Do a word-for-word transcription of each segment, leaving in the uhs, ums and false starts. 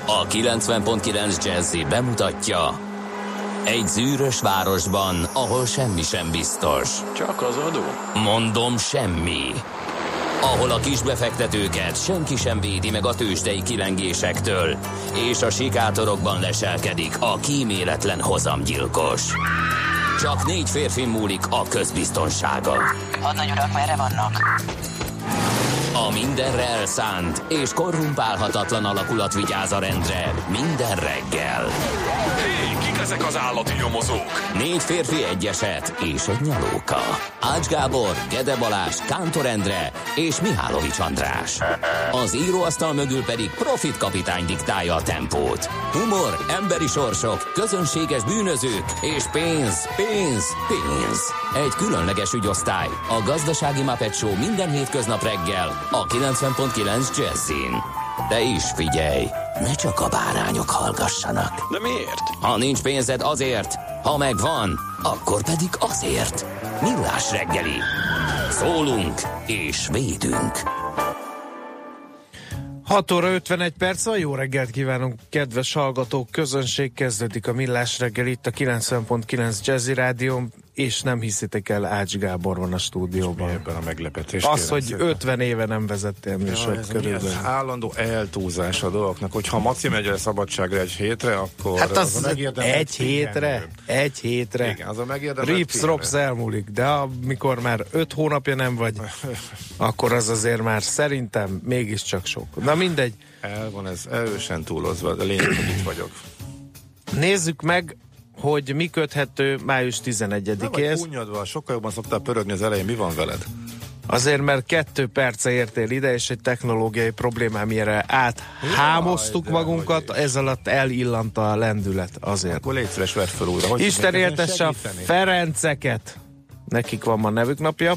A kilencven pont kilenc Jazzy bemutatja: egy zűrös városban, ahol semmi sem biztos. Csak az adó? Mondom, semmi. Ahol a kisbefektetőket senki sem védi meg a tőzsdei kilengésektől, és a sikátorokban leselkedik a kíméletlen hozamgyilkos. Csak négy férfi múlik a közbiztonsága. Hadnagy urak, merre vannak? A mindenre elszánt és korrumpálhatatlan alakulat vigyáz a rendre minden reggel. Hé, kik ezek az állati nyomozók? Négy férfi, egy eset és egy nyalóka. Ács Gábor, Gede Balázs, Kántor Endre és Mihálovics András. Az íróasztal mögül pedig Profit kapitány diktálja a tempót. Humor, emberi sorsok, közönséges bűnözők és pénz, pénz, pénz. Egy különleges ügyosztály, a Gazdasági Muppet Show minden hétköznap reggel a kilencven pont kilenc Jazzin. De is figyelj, ne csak a bárányok hallgassanak. De miért? Ha nincs pénzed, azért, ha megvan, akkor pedig azért. Millás reggeli. Szólunk és védünk. hat óra ötvenegy perc van, jó reggelt kívánunk, kedves hallgatók, közönség, kezdődik a Millás reggel itt a kilencven pont kilenc Jazzy Rádión, és nem hiszitek el, Ács Gábor van a stúdióban. Ebben a meglepetés. Az, hogy szépen. ötven éve nem vezettél műsort körülbelül. Ez állandó eltúlzás a dolgoknak, hogyha Maci megy el szabadságra egy hétre, akkor... Hát az, az egy hétre, pihenő. egy hétre. Igen, az a megérdemelt Rips, Rops elmúlik, de amikor már öt hónapja nem vagy, akkor az azért már szerintem mégiscsak sok. Na mindegy. El van ez erősen túlozva, de lényeg, hogy itt vagyok. Nézzük meg, hogy mi köthető május tizenegyedikéhez. Nem vagy kúnyadva, sokkal jobban szoktál pörögni az elején, mi van veled? Azért, mert kettő perce értél ide, és egy technológiai problémámére áthámoztuk magunkat, ez alatt elillant a lendület azért. Akkor légy szíves, vedd fel újra. Hogy Isten éltesse a Ferenceket! Nekik van ma nevük napja.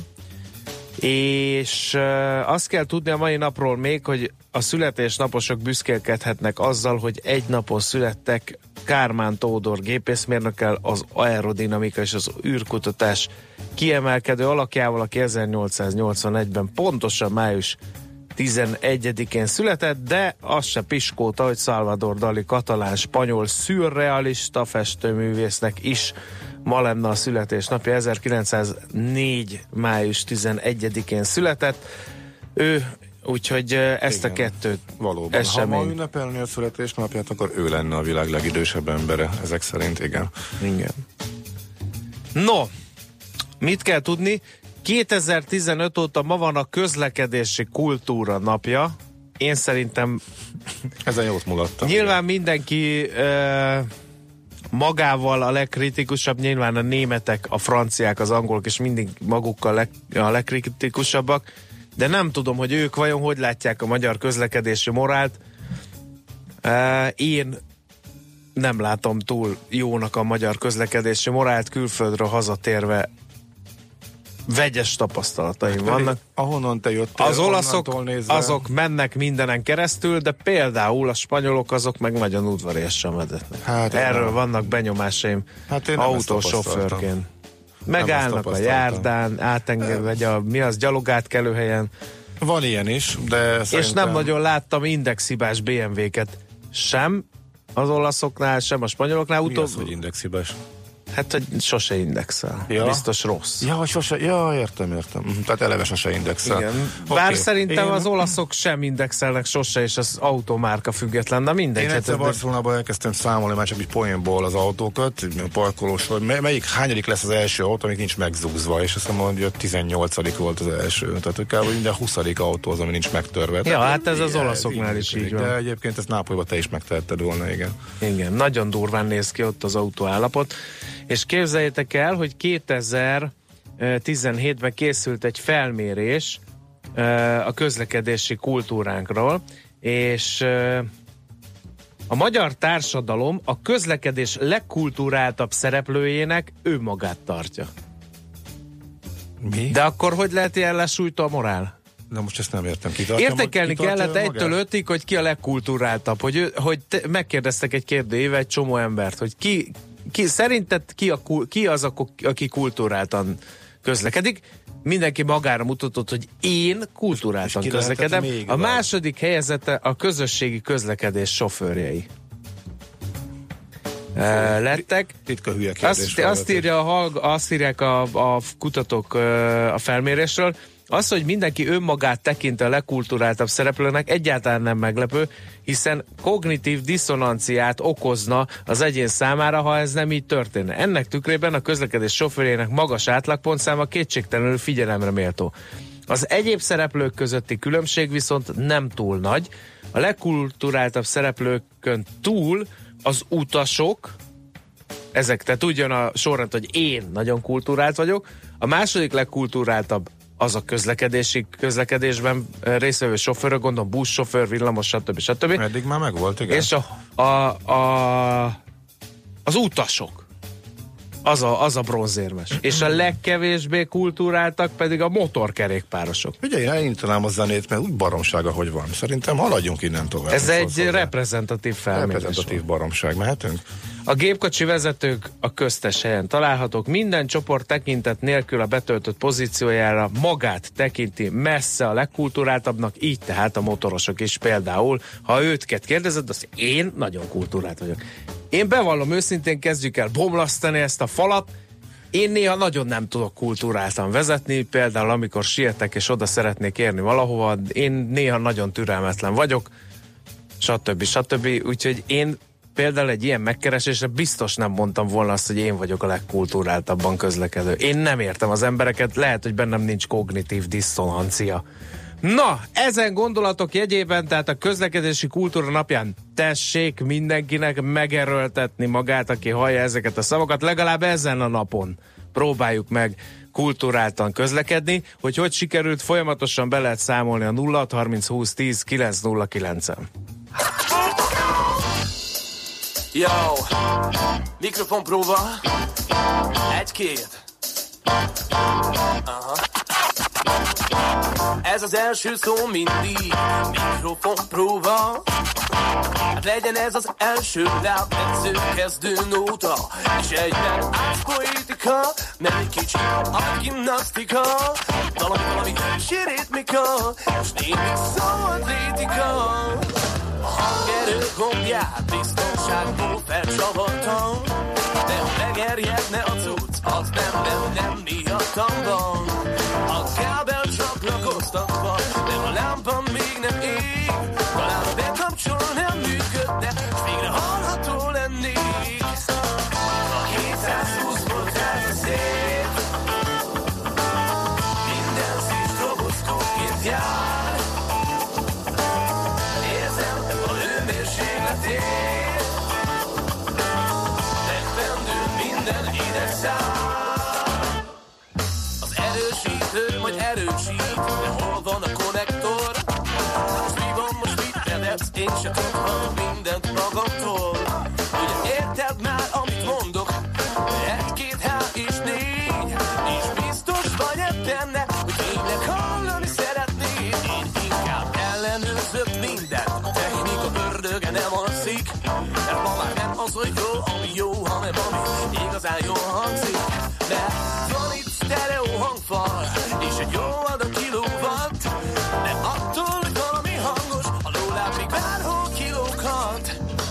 És uh, azt kell tudni a mai napról még, hogy a születésnaposok büszkélkedhetnek azzal, hogy egy napon születtek Kármán Tódor gépészmérnökkel, az aerodinamika és az űrkutatás kiemelkedő alakjával, aki ezernyolcszáznyolcvanegyben pontosan május tizenegyedikén született, de az se piskóta, hogy Salvador Dali katalán, spanyol, szürrealista festőművésznek is ma lenne a születésnapja. ezerkilencszáznégy május tizenegyedikén született. Ő, úgyhogy ezt igen, a kettőt valóban. esemény. Ha ma ünnepelni a születésnapját, akkor ő lenne a világ legidősebb embere, ezek szerint, igen. Igen. No, mit kell tudni? kétezer-tizenöt óta ma van a közlekedési kultúra napja. Én szerintem ezen jót mulattam. Nyilván igen. mindenki uh, magával a legkritikusabb, nyilván a németek, a franciák, az angolok, és mindig magukkal leg, a legkritikusabbak, de nem tudom, hogy ők vajon hogy látják a magyar közlekedési morált. Uh, én nem látom túl jónak a magyar közlekedési morált, külföldről hazatérve vegyes tapasztalataim vannak. Ahonnan te jöttél, az olaszok, nézve... azok mennek mindenen keresztül, de például a spanyolok azok meg nagyon udvariasan vezetnek. Hát, erről nem. vannak benyomásaim hát autósofőrként. Megállnak a járdán, átengedve, vagy a, mi az, gyalogátkelőhelyen. Van ilyen is, de és szerintem... nem nagyon láttam indexhibás bé em vé-ket sem az olaszoknál, sem a spanyoloknál. Mi Utóbb... az, hogy indexhibás? Hát, hogy sose indexel. Ja. Biztos rossz. Ja, sose, ja, értem, értem. Tehát eleve sose indexel. Igen. Bár okay. szerintem Én... az olaszok sem indexelnek sose, és az automárka független, de mindegy. Én egyszer Barcelonában elkezdtem számolni már csak egy poénból az autókat, parkolós, hogy melyik, hányadik lesz az első autó, amik nincs megzúzva, és azt mondom, hogy a tizennyolcadik volt az első. Tehát hogy kb. Minden huszadik autó az, ami nincs megtörve. Ja, tehát, hát ez az olaszoknál is így van. De egyébként ezt Nápolyban te is megtehetted volna, igen. Igen, nagyon durván néz ki ott az autó állapot. És képzeljétek el, hogy kétezer-tizenhétben készült egy felmérés a közlekedési kultúránkról, és a magyar társadalom a közlekedés legkulturáltabb szereplőjének ő magát tartja. Mi? De akkor hogy lehet ilyen lesújtó a morál? Na most ezt nem értem. Ki Értékelni ki kellett egytől ötig, hogy ki a legkulturáltabb. Hogy, ő, hogy te, megkérdeztek egy kérdőjével egy csomó embert, hogy ki Ki, szerinted ki, a, ki az, aki kulturáltan közlekedik. Mindenki magára mutatott, hogy én kulturáltan közlekedem. A második helyezete a közösségi közlekedés sofőrjei uh, lettek. Titka hülye kérdés. Azt, azt, írja a hallg, azt írják a, a kutatók uh, a felmérésről. Az, hogy mindenki önmagát tekint a legkulturáltabb szereplőnek, egyáltalán nem meglepő, hiszen kognitív diszonanciát okozna az egyén számára, ha ez nem így történne. Ennek tükrében a közlekedés sofőrjének magas átlagpontszáma kétségtelenül figyelemre méltó. Az egyéb szereplők közötti különbség viszont nem túl nagy. A legkulturáltabb szereplőkön túl az utasok, ezek, tehát úgy jön a sorrend, hogy én nagyon kulturált vagyok, a második legkulturáltabb az a közlekedési, közlekedésben résztvevő sofőrök, gondolom buszsofőr, villamos, stb. stb. Eddig már megvolt, igen. És a, a, a, az utasok, az a, az a bronzérmes. És a legkevésbé kulturáltak pedig a motorkerékpárosok. Ugye én elindítanám a zenét, mert úgy baromság, ahogy van. Szerintem haladjunk innen tovább. Ez egy hozzá. reprezentatív felmérés. Reprezentatív baromság, mehetünk? A gépkocsi vezetők a köztes helyen találhatók. Minden csoport tekintet nélkül a betöltött pozíciójára magát tekinti messze a legkulturáltabbnak, így tehát a motorosok is például. Ha őket kérdezed, azt én nagyon kulturált vagyok. Én bevallom őszintén, kezdjük el bomlasztani ezt a falat. Én néha nagyon nem tudok kulturáltan vezetni, például amikor sietek és oda szeretnék érni valahova, én néha nagyon türelmetlen vagyok, stb. stb. Úgyhogy én például egy ilyen megkeresésre biztos nem mondtam volna azt, hogy én vagyok a legkulturáltabban közlekedő. Én nem értem az embereket, lehet, hogy bennem nincs kognitív diszonancia. Na, ezen gondolatok jegyében, tehát a közlekedési kultúra napján tessék mindenkinek megerőltetni magát, aki hallja ezeket a szavakat, legalább ezen a napon próbáljuk meg kulturáltan közlekedni, hogy hogy sikerült, folyamatosan be lehet számolni a nulla harminc húsz tíz kilenc nulla kilencen. Yo, mikrofon próba, egy-két. Aha. Ez az első szó mindig, mikrofon próba. Hát legyen ez az első lábmetsző kezdő nóta, és egyben átpoétika, nem egy kicsi gimnasztika, valami, valami sérétmika, és némi szóatlétika. A hangerő gombját biztonságból felcsavartam, de ha megerjedne a cucc, az nem, nem, nem miattam van. A kábel csatlakoztatva, de a lámpa még nem ég, talán a bekapcsol nem működne, s végre hallható lennék. A hétszázhúsz volt ez a szép, minden szív robosztóként jár. Érzem a hőmérsékletét, megfendül minden idegszár. Az erősítő majd erősít, de hol van a konnektor? Most mi van, most mit nevetsz? Én se tudhatok mindent magamtól. Ugye érted már, amit mondok? Egy-két H és négy, és biztos vagy benne, hogy tényleg hallani szeretnéd. Én inkább ellenőrzök mindent, a technika ördöge nem alszik, mert ma már nem az, hogy jó, ami jó, hanem ami igazán jól hangzik. Mert van itt sztereó hangfal, és egy jó adag kilowatt, de attól, hogy valami hangos, a lóláb még bárhol kilóghat.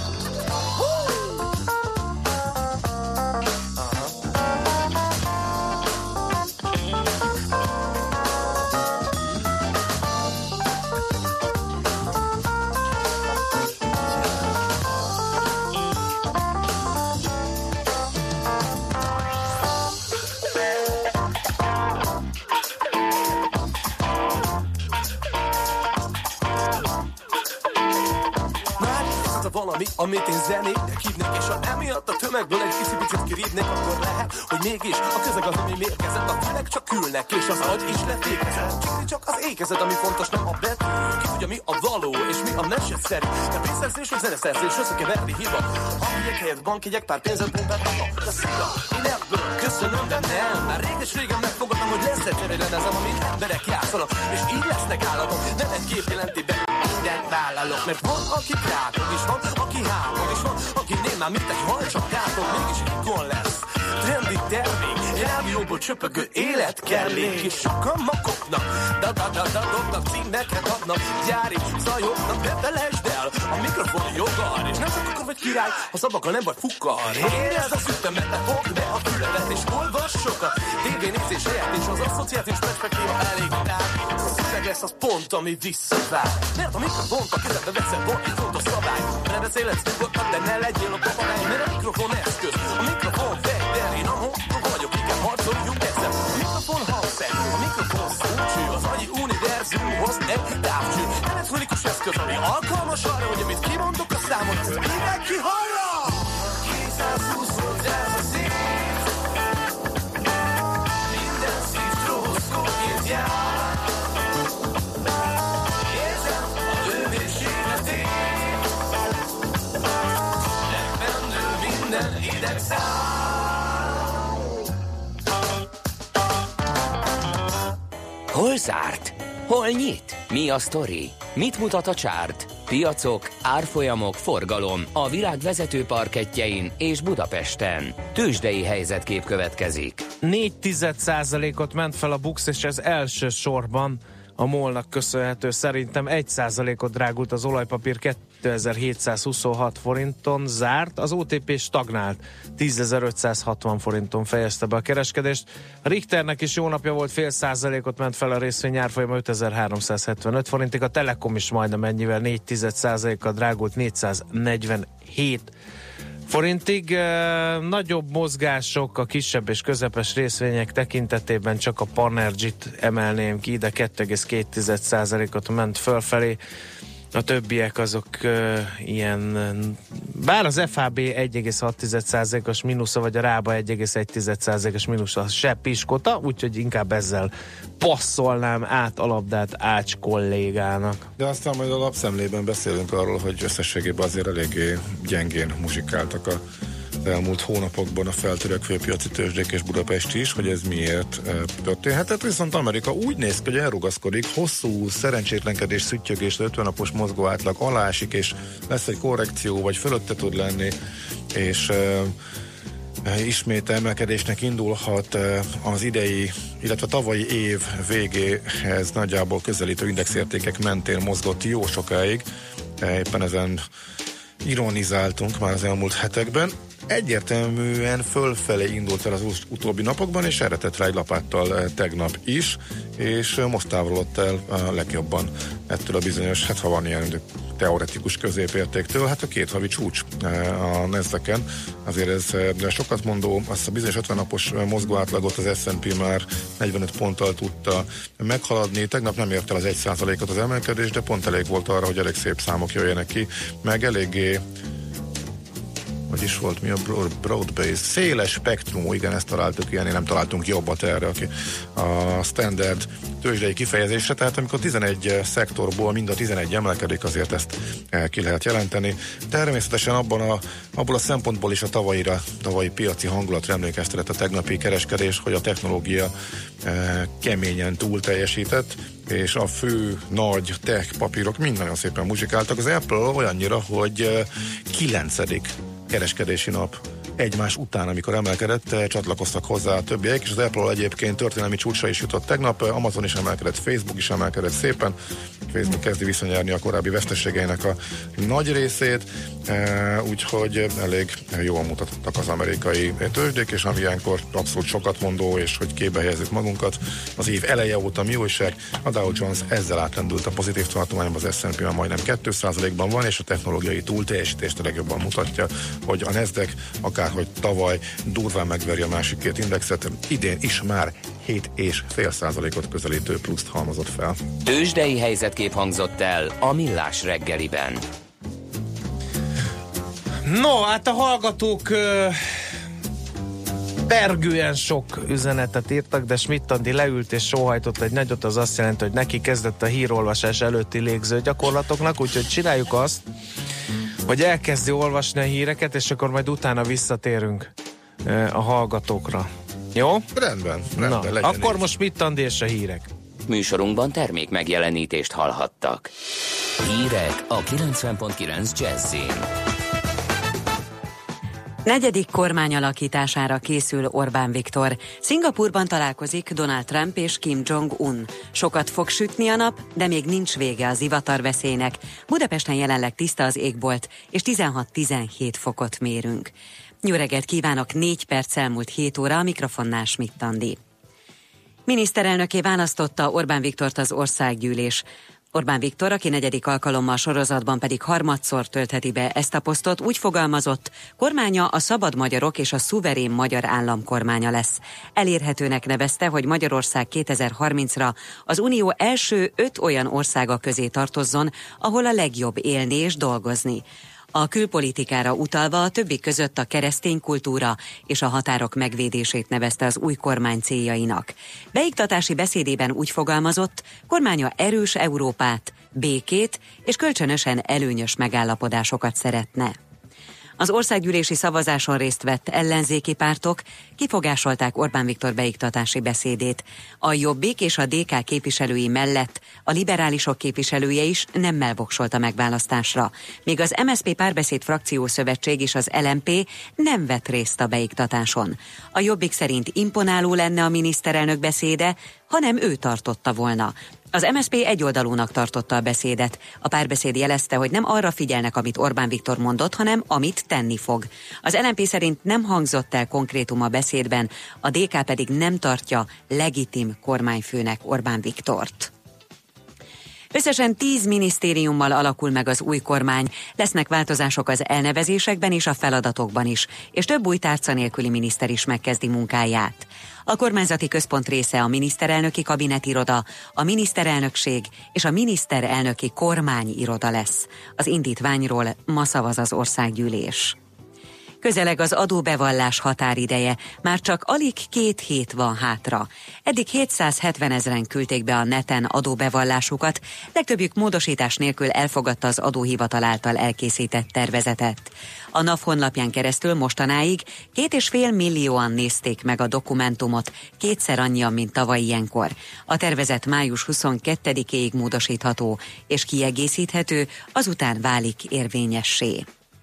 Valami, amit én zenének hívnék, és ha emiatt a tömegből egy kicsi picit kirívnék, akkor lehet, hogy mégis a közeg az, ami mérkezett, a fülek csak ülnek, és az agy is lefékezett. Csikli csak az ékezet, ami fontos, nem a betű. Ki tudja, mi a való, és mi a meseszerű. De pénzszerzés, vagy zeneszerzés, összekeverni hiba. Hangják helyett bankjegyek, pár pénzet pumpát, a szia. Én ebből köszönöm, de nem. Már réges régen megfogadtam, hogy lesz egy cserélenezem, amit emberek játszanak, és így lesznek állatok. Nem egy kép jelenti be, mindent vállalok, mert van, aki rákog is van, aki hámog is van, akinél már mint egy hal, csak tátog, mégis ikon lesz. trendi termék, rádióból csöpögő életkellék, és sokan makoknak, da-da-da-da-dobnak, címeket adnak, gyári zajoknak, de felejtsd el a mikrofon joggal, és nem csak akkor vagy király, ha szabaka nem vagy fukkar. Érezd az ütemet, fogd be a füledet, és olvass sokat, tévénézés helyett, és az asszociációs perspektíva elég rá. A szöveg lesz az pont, ami visszavár, mert a mikrofont a kezedbe veszed, van egy fontos szabály, ne beszélhetsz nyugodtan, de ne legyél a papagáj, mert a mikrofon eszköz, a mikrofon fegyver, én a hontok vagyok, igen, harcoljunk ezzel. A mikrofon hangszer, a mikrofon szócső, az agyi univerzumhoz egy távcső, elektronikus eszköz, ami alkalmas arra, hogy amit kimondok a számot, az mindenki hallja! kétszázhúsz volt ez a szív, minden szív trózkóként jár, érzem a hőmérsékletét, megmendő minden idegszám. Hol zárt? Hol nyit? Mi a sztori? Mit mutat a csárt? Piacok, árfolyamok, forgalom a világ vezető parkettjein és Budapesten. Tőzsdei helyzetkép következik. négy tized százalékot ment fel a BUX, és ez első sorban a MOL-nak köszönhető. Szerintem egy százalékot drágult az olajpapír, kétezer-hétszázhuszonhat forinton zárt, az o té pé stagnált, tízezer-ötszázhatvan forinton fejezte be a kereskedést. A Richternek is jó napja volt, fél százalékot ment fel a részvény árfolyama ötezer-háromszázhetvenöt forintig, a Telekom is majdnem ennyivel, négy tized százalékkal drágult, négyszáznegyvenhét forintig. E, nagyobb mozgások a kisebb és közepes részvények tekintetében csak a Panergyt emelném ki, de kettő egész két tized százalékot ment fölfelé. A többiek azok uh, ilyen, bár az ef há bé egy egész hat tized százalékos mínusza, vagy a Rába egy egész egy tized százalékos mínusza se piskota, úgyhogy inkább ezzel passzolnám át a labdát Ács kollégának. De aztán majd a lapszemlében beszélünk arról, hogy összességében azért eléggé gyengén muzsikáltak a elmúlt hónapokban a feltörekvő piaci tőzsdék és Budapest is, hogy ez miért e, történhetett, viszont Amerika úgy néz ki, hogy elrugaszkodik, hosszú szerencsétlenkedés, szüttyögés, ötven napos mozgó átlag alá esik, és lesz egy korrekció, vagy fölötte tud lenni, és e, e, ismét emelkedésnek indulhat e, az idei, illetve tavalyi év végéhez nagyjából közelítő indexértékek mentén mozgott jó sokáig, e, éppen ezen ironizáltunk már az elmúlt hetekben. Egyértelműen fölfelé indult el az utóbbi napokban, és erre tett rá egy lapáttal tegnap is, és most távolodott el a legjobban ettől a bizonyos, hát ha van ilyen teoretikus középértéktől, hát a két havi csúcs a Nasdaqen. Azért ez sokat mondó, azt a bizonyos ötven napos mozgóátlagot az es and pé már negyvenöt ponttal tudta meghaladni. Tegnap nem ért el az egy százalékot az emelkedés, de pont elég volt arra, hogy elég szép számok jöjjenek ki, meg eléggé hogy is volt, mi a broad, broad-based, széles spektrumú, igen, ezt találtuk ilyen, nem találtunk jobbat erre, aki a standard tőzsdei kifejezésre, tehát amikor tizenegy szektorból mind a tizenegy emelkedik, azért ezt ki lehet jelenteni. Természetesen abban a, abból a szempontból is a tavalyira, tavalyi piaci hangulatra emlékeztetett a tegnapi kereskedés, hogy a technológia e, keményen túl teljesített, és a fő nagy tech papírok mind nagyon szépen muzsikáltak. Az Apple olyannyira, hogy kilencedik kereskedési nap egymás után, amikor emelkedett, csatlakoztak hozzá a többiek, és az Apple egyébként történelmi csúcsra is jutott tegnap, Amazon is emelkedett, Facebook is emelkedett szépen, Facebook kezdi visszanyerni a korábbi veszteségeinek a nagy részét, úgyhogy elég jól mutatottak az amerikai tőzsdék, és ami ilyenkor abszolút sokat mondó, és hogy képbe helyezzük magunkat, az év eleje óta mi újság, a Dow Jones ezzel átlendült a pozitív tartományban, az es and pé már majdnem két százalékban van, és a technológiai túlteljesítést a legjobban mutatja, hogy a Nasdaq akárhogy tavaly durván megveri a másik két indexet, idén is már hét egész öt százalékot közelítő pluszt halmozott fel. Tőzsdei helyzetkép hangzott el a Millás reggeliben. No, hát a hallgatók ö, pergően sok üzenetet írtak, de Schmidt Andi leült és sóhajtott egy nagyot, az azt jelenti, hogy neki kezdett a hírolvasás előtti légző gyakorlatoknak, úgyhogy csináljuk azt, hogy elkezdi olvasni a híreket, és akkor majd utána visszatérünk a hallgatókra. Jó? Rendben. rendben Na, akkor így. Most Schmidt Andi és a hírek. Műsorunkban termék megjelenítést hallhattak. Hírek a kilencven pont kilenc Jazzin. Negyedik kormányalakítására készül Orbán Viktor. Szingapúrban találkozik Donald Trump és Kim Jong-un. Sokat fog sütni a nap, de még nincs vége az zivatarveszélynek. Budapesten jelenleg tiszta az égbolt, és tizenhat-tizenhét fokot mérünk. Jó reggelt kívánok, négy perc elmúlt hét óra, a mikrofonnál Schmidt Andi. Miniszterelnöké választotta Orbán Viktort az országgyűlés. Orbán Viktor, aki negyedik alkalommal sorozatban pedig harmadszor töltheti be ezt a posztot, úgy fogalmazott, kormánya a szabad magyarok és a szuverén magyar állam kormánya lesz. Elérhetőnek nevezte, hogy Magyarország kétezer-harmincra az Unió első öt olyan országa közé tartozzon, ahol a legjobb élni és dolgozni. A külpolitikára utalva a többi között a keresztény kultúra és a határok megvédését nevezte az új kormány céljainak. Beiktatási beszédében úgy fogalmazott, kormánya erős Európát, békét és kölcsönösen előnyös megállapodásokat szeretne. Az országgyűlési szavazáson részt vett ellenzéki pártok kifogásolták Orbán Viktor beiktatási beszédét. A Jobbik és a dé ká képviselői mellett a liberálisok képviselője is nemmel voksolt a megválasztásra, míg az em es zé pé Párbeszéd Frakciószövetség és az el em pé nem vett részt a beiktatáson. A Jobbik szerint imponáló lenne a miniszterelnök beszéde, hanem ő tartotta volna. Az em es zé pé egyoldalúnak tartotta a beszédet. A Párbeszéd jelezte, hogy nem arra figyelnek, amit Orbán Viktor mondott, hanem amit tenni fog. Az el em pé szerint nem hangzott el konkrétum a beszédben, a dé ká pedig nem tartja legitim kormányfőnek Orbán Viktort. Összesen tíz minisztériummal alakul meg az új kormány, lesznek változások az elnevezésekben és a feladatokban is, és több új tárca nélküli miniszter is megkezdi munkáját. A kormányzati központ része a miniszterelnöki kabinetiroda, a miniszterelnökség és a miniszterelnöki kormányiroda lesz. Az indítványról ma szavaz az országgyűlés. Közeleg az adóbevallás határideje, már csak alig két hét van hátra. Eddig hétszázhetven ezren küldték be a neten adóbevallásukat, legtöbbjük módosítás nélkül elfogadta az adóhivatal által elkészített tervezetet. A NAV honlapján keresztül mostanáig két és fél millióan nézték meg a dokumentumot, kétszer annyian, mint tavaly ilyenkor. A tervezet május huszonkettedikéig módosítható és kiegészíthető, azután válik érvényessé.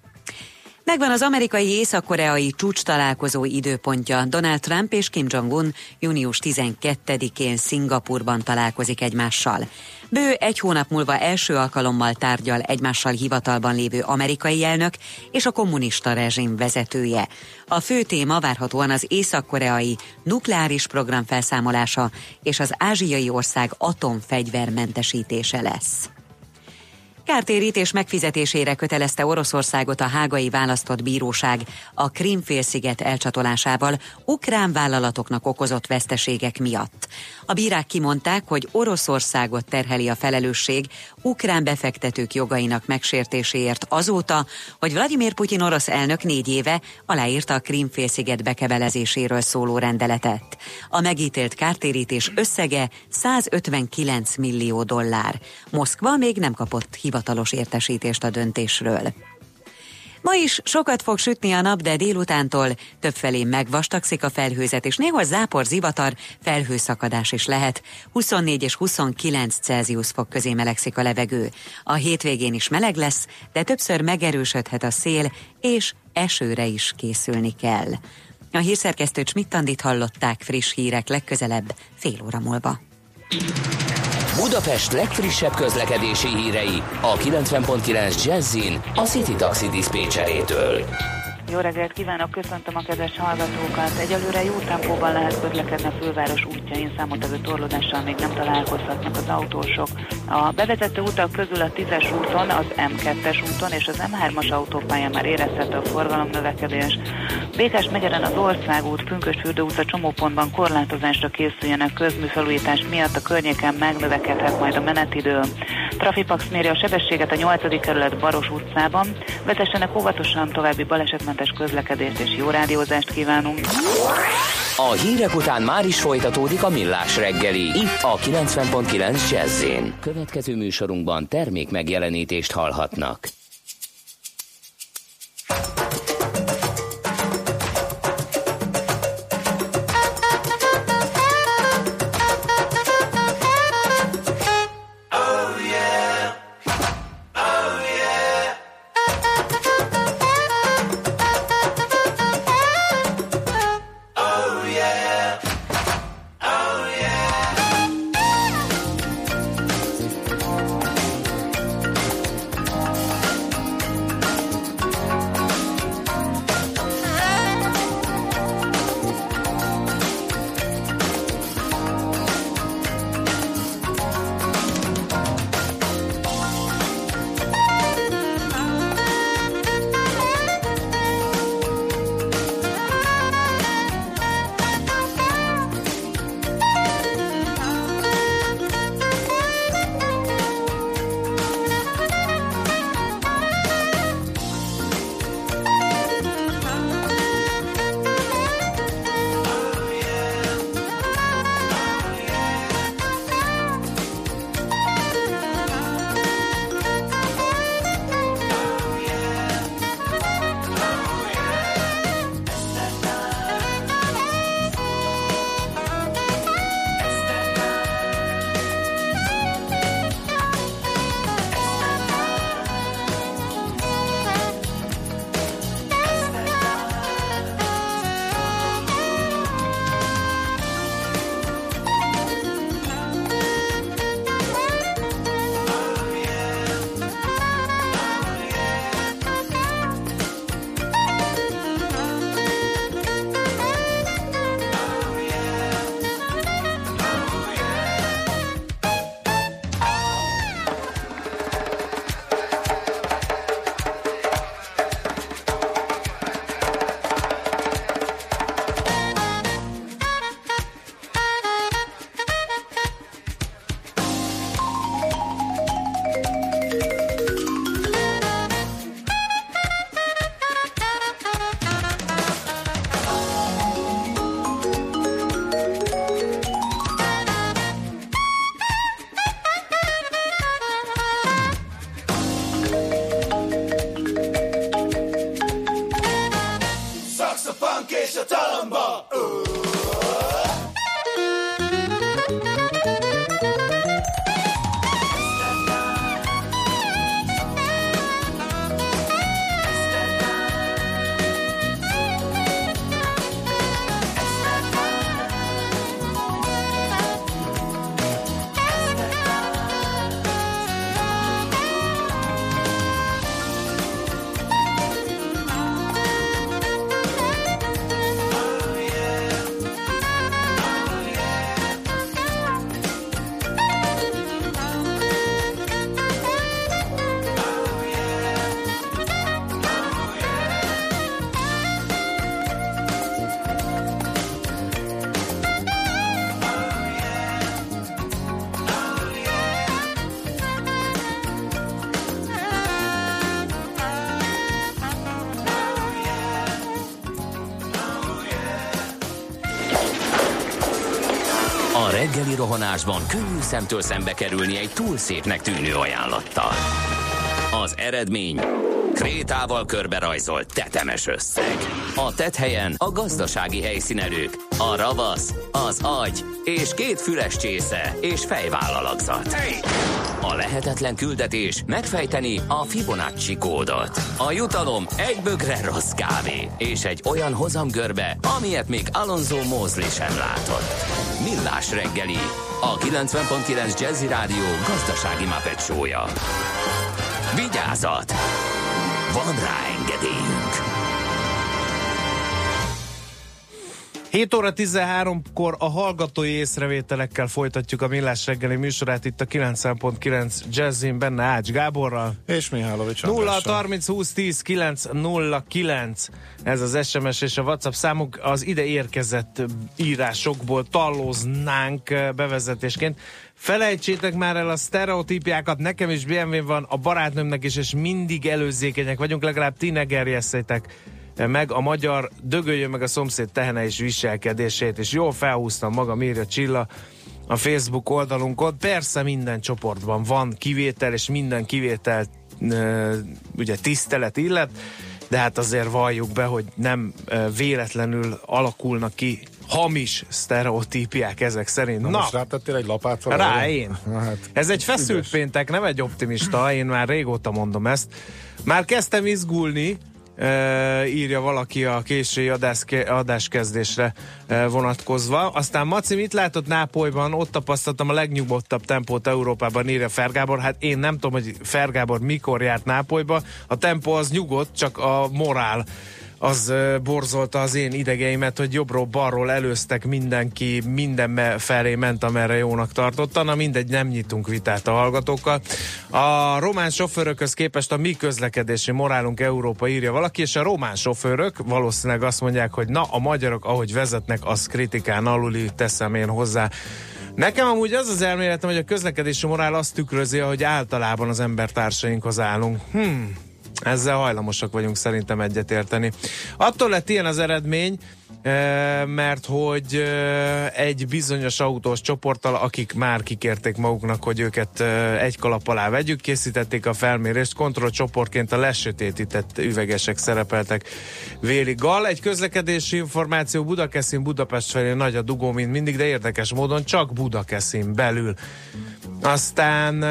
Megvan az amerikai észak-koreai csúcs találkozó időpontja. Donald Trump és Kim Jong-un június tizenkettedikén Szingapúrban találkozik egymással. Bő egy hónap múlva első alkalommal tárgyal egymással hivatalban lévő amerikai elnök és a kommunista rezsim vezetője. A fő téma várhatóan az észak-koreai nukleáris program felszámolása és az ázsiai ország atomfegyvermentesítése lesz. Kártérítés megfizetésére kötelezte Oroszországot a hágai választott bíróság a Krím-félsziget elcsatolásával ukrán vállalatoknak okozott veszteségek miatt. A bírák kimondták, hogy Oroszországot terheli a felelősség ukrán befektetők jogainak megsértéséért azóta, hogy Vladimir Putyin orosz elnök négy éve aláírta a Krím-félsziget bekebelezéséről szóló rendeletet. A megítélt kártérítés összege százötvenkilenc millió dollár. Moszkva még nem kapott hivatalos értesítést a döntésről. Ma is sokat fog sütni a nap, de délutántól többfelé megvastagszik a felhőzet, és néhol zápor, zivatar, felhőszakadás is lehet. huszonnégy és huszonkilenc Celsius fok közé melegszik a levegő. A hétvégén is meleg lesz, de többször megerősödhet a szél, és esőre is készülni kell. A hírszerkesztő Schmidt Andit hallották, friss hírek legközelebb fél óra múlva. Budapest legfrissebb közlekedési hírei a kilencven pont kilenc Jazzin a City Taxi diszpécserétől. Jó reggelt kívánok, köszöntöm a kedves hallgatókat. Egyelőre jó tempóban lehet közlekedni a főváros útjain, számottevő torlódással még nem találkozhatnak az autósok. A bevezető utak közül a tízes úton, az em kettes úton és az em hármas autópályán már érezhető a forgalomnövekedés. Békás megyeren az Országút, Pünkösdfürdő utca csomópontban korlátozásra készüljenek közműfelújítás miatt, a környéken megnövekedhet majd a menetidő. Trafipax méri a sebességet a nyolcadik kerület Baros utcában. Vezessenek óvatosan, további balesetmentes közlekedést és jó rádiózást kívánunk. A hírek után már is folytatódik a Millás reggeli, itt a kilencven pont kilenc Jazz-én. Következő műsorunkban termék megjelenítést hallhatnak. Samba! A reggeli rohanásban könnyű szemtől szembe kerülni egy túl szépnek tűnő ajánlattal. Az eredmény krétával körberajzolt tetemes összeg. A tetthelyen a gazdasági helyszínelők, a ravasz, az agy és két füles csésze és fejvállalakzat. A lehetetlen küldetés megfejteni a Fibonacci kódot. A jutalom egy bögre rossz kávé és egy olyan hozamgörbe, amilyet még Alonso Mosley sem látott. Millás reggeli, a kilencven pont kilenc Jazzy Rádió gazdasági Muppet show-ja. Vigyázat! Van rá engedélyünk! hét óra tizenháromkor a hallgatói észrevételekkel folytatjuk a Millás reggeli műsorát itt a kilencven pont kilenc Jazzin, benne Ács Gáborral. És Mihálovics nulla harminc húsz tíz kilenc nulla kilenc ez az es em es és a WhatsApp számuk. Az ide érkezett írásokból tallóznánk bevezetésként. Felejtsétek már el a sztereotípiákat, nekem is bé em vé van, a barátnőmnek is, és mindig előzékenyek vagyunk, legalább ti ne gerjesszétek meg a magyar, dögöljön meg a szomszéd tehene és viselkedését, és jól felhúztam magam, írja Csilla a Facebook oldalunkon. Persze minden csoportban van kivétel, és minden kivétel ugye tisztelet illet, de hát azért valljuk be, hogy nem véletlenül alakulnak ki hamis sztereotípiák ezek szerint. Na, Na most rátettél egy lapáttal? Rá én. Hát, Ez egy feszült ügyes. péntek, nem egy optimista, én már régóta mondom ezt. Már kezdtem izgulni, Uh, írja valaki a késői adás, adáskezdésre uh, vonatkozva. Aztán Maci, mit látott Nápolyban? Ott tapasztaltam a legnyugodtabb tempót Európában, írja Fergábor. Hát én nem tudom, hogy Fergábor mikor járt Nápolyba. A tempó az nyugodt, csak a morál az uh, borzolta az én idegeimet, hogy jobbról, balról előztek, mindenki minden felé ment, amerre jónak tartotta. Na mindegy, nem nyitunk vitát a hallgatókkal. A román sofőrökhöz képest a mi közlekedési morálunk Európa, írja valaki, és a román sofőrök valószínűleg azt mondják, hogy na, a magyarok, ahogy vezetnek, az kritikán aluli, teszem én hozzá. Nekem amúgy az az elméletem, hogy a közlekedési morál azt tükrözi, hogy általában az embertársainkhoz állunk. Hmm... Ezzel hajlamosak vagyunk szerintem egyetérteni. Attól lett ilyen az eredmény, mert hogy egy bizonyos autós csoporttal, akik már kikérték maguknak, hogy őket egy kalap alá vegyük, készítették a felmérést, kontrollcsoportként a lesötétített üvegesek szerepeltek véliggal. Egy közlekedési információ: Budakeszin Budapest felé nagy a dugó, mint mindig, de érdekes módon csak Budakeszin belül. Aztán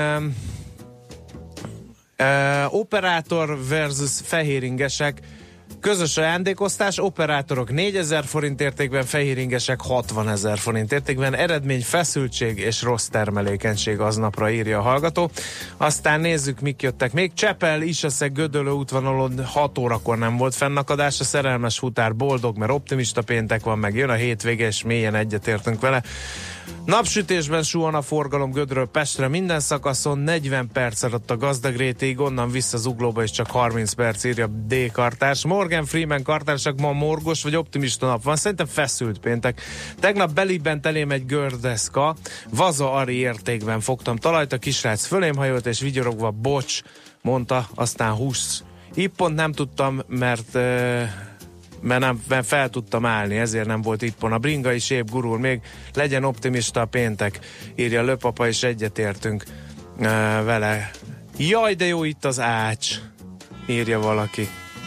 Uh, operátor versus fehéringesek. Közös ajándékoztás, operátorok négyezer forint értékben, fehéringesek hatvanezer forint értékben. Eredmény feszültség és rossz termelékenység aznapra, írja a hallgató. Aztán nézzük, mik jöttek még. Csepel, Isaszeg, Gödöllő útvonalon hat órakor nem volt fennakadás. A szerelmes futár boldog, mert optimista péntek van, meg jön a hétvége, és mélyen egyetértünk vele. Napsütésben suhan a forgalom Gödről Pestre minden szakaszon, negyven perc alatt a Gazdagrétig, onnan vissza Zuglóba is csak harminc perc, írja D. kartárs. Morgan Freeman kartársak, ma morgos vagy optimista nap van, szerintem feszült péntek. Tegnap belében telém egy gördeszka, Vaza Ari értékben fogtam talajt, a kisrác fölém hajolt és vigyorogva bocs, mondta, aztán húsz. Így pont nem tudtam, mert... Uh, mert nem mert fel tudtam állni, ezért nem volt ippon. A bringa is épp gurul még, legyen optimista a péntek, írja Löpapa, és egyetértünk uh, vele. Jaj, de jó itt az Ács, írja valaki.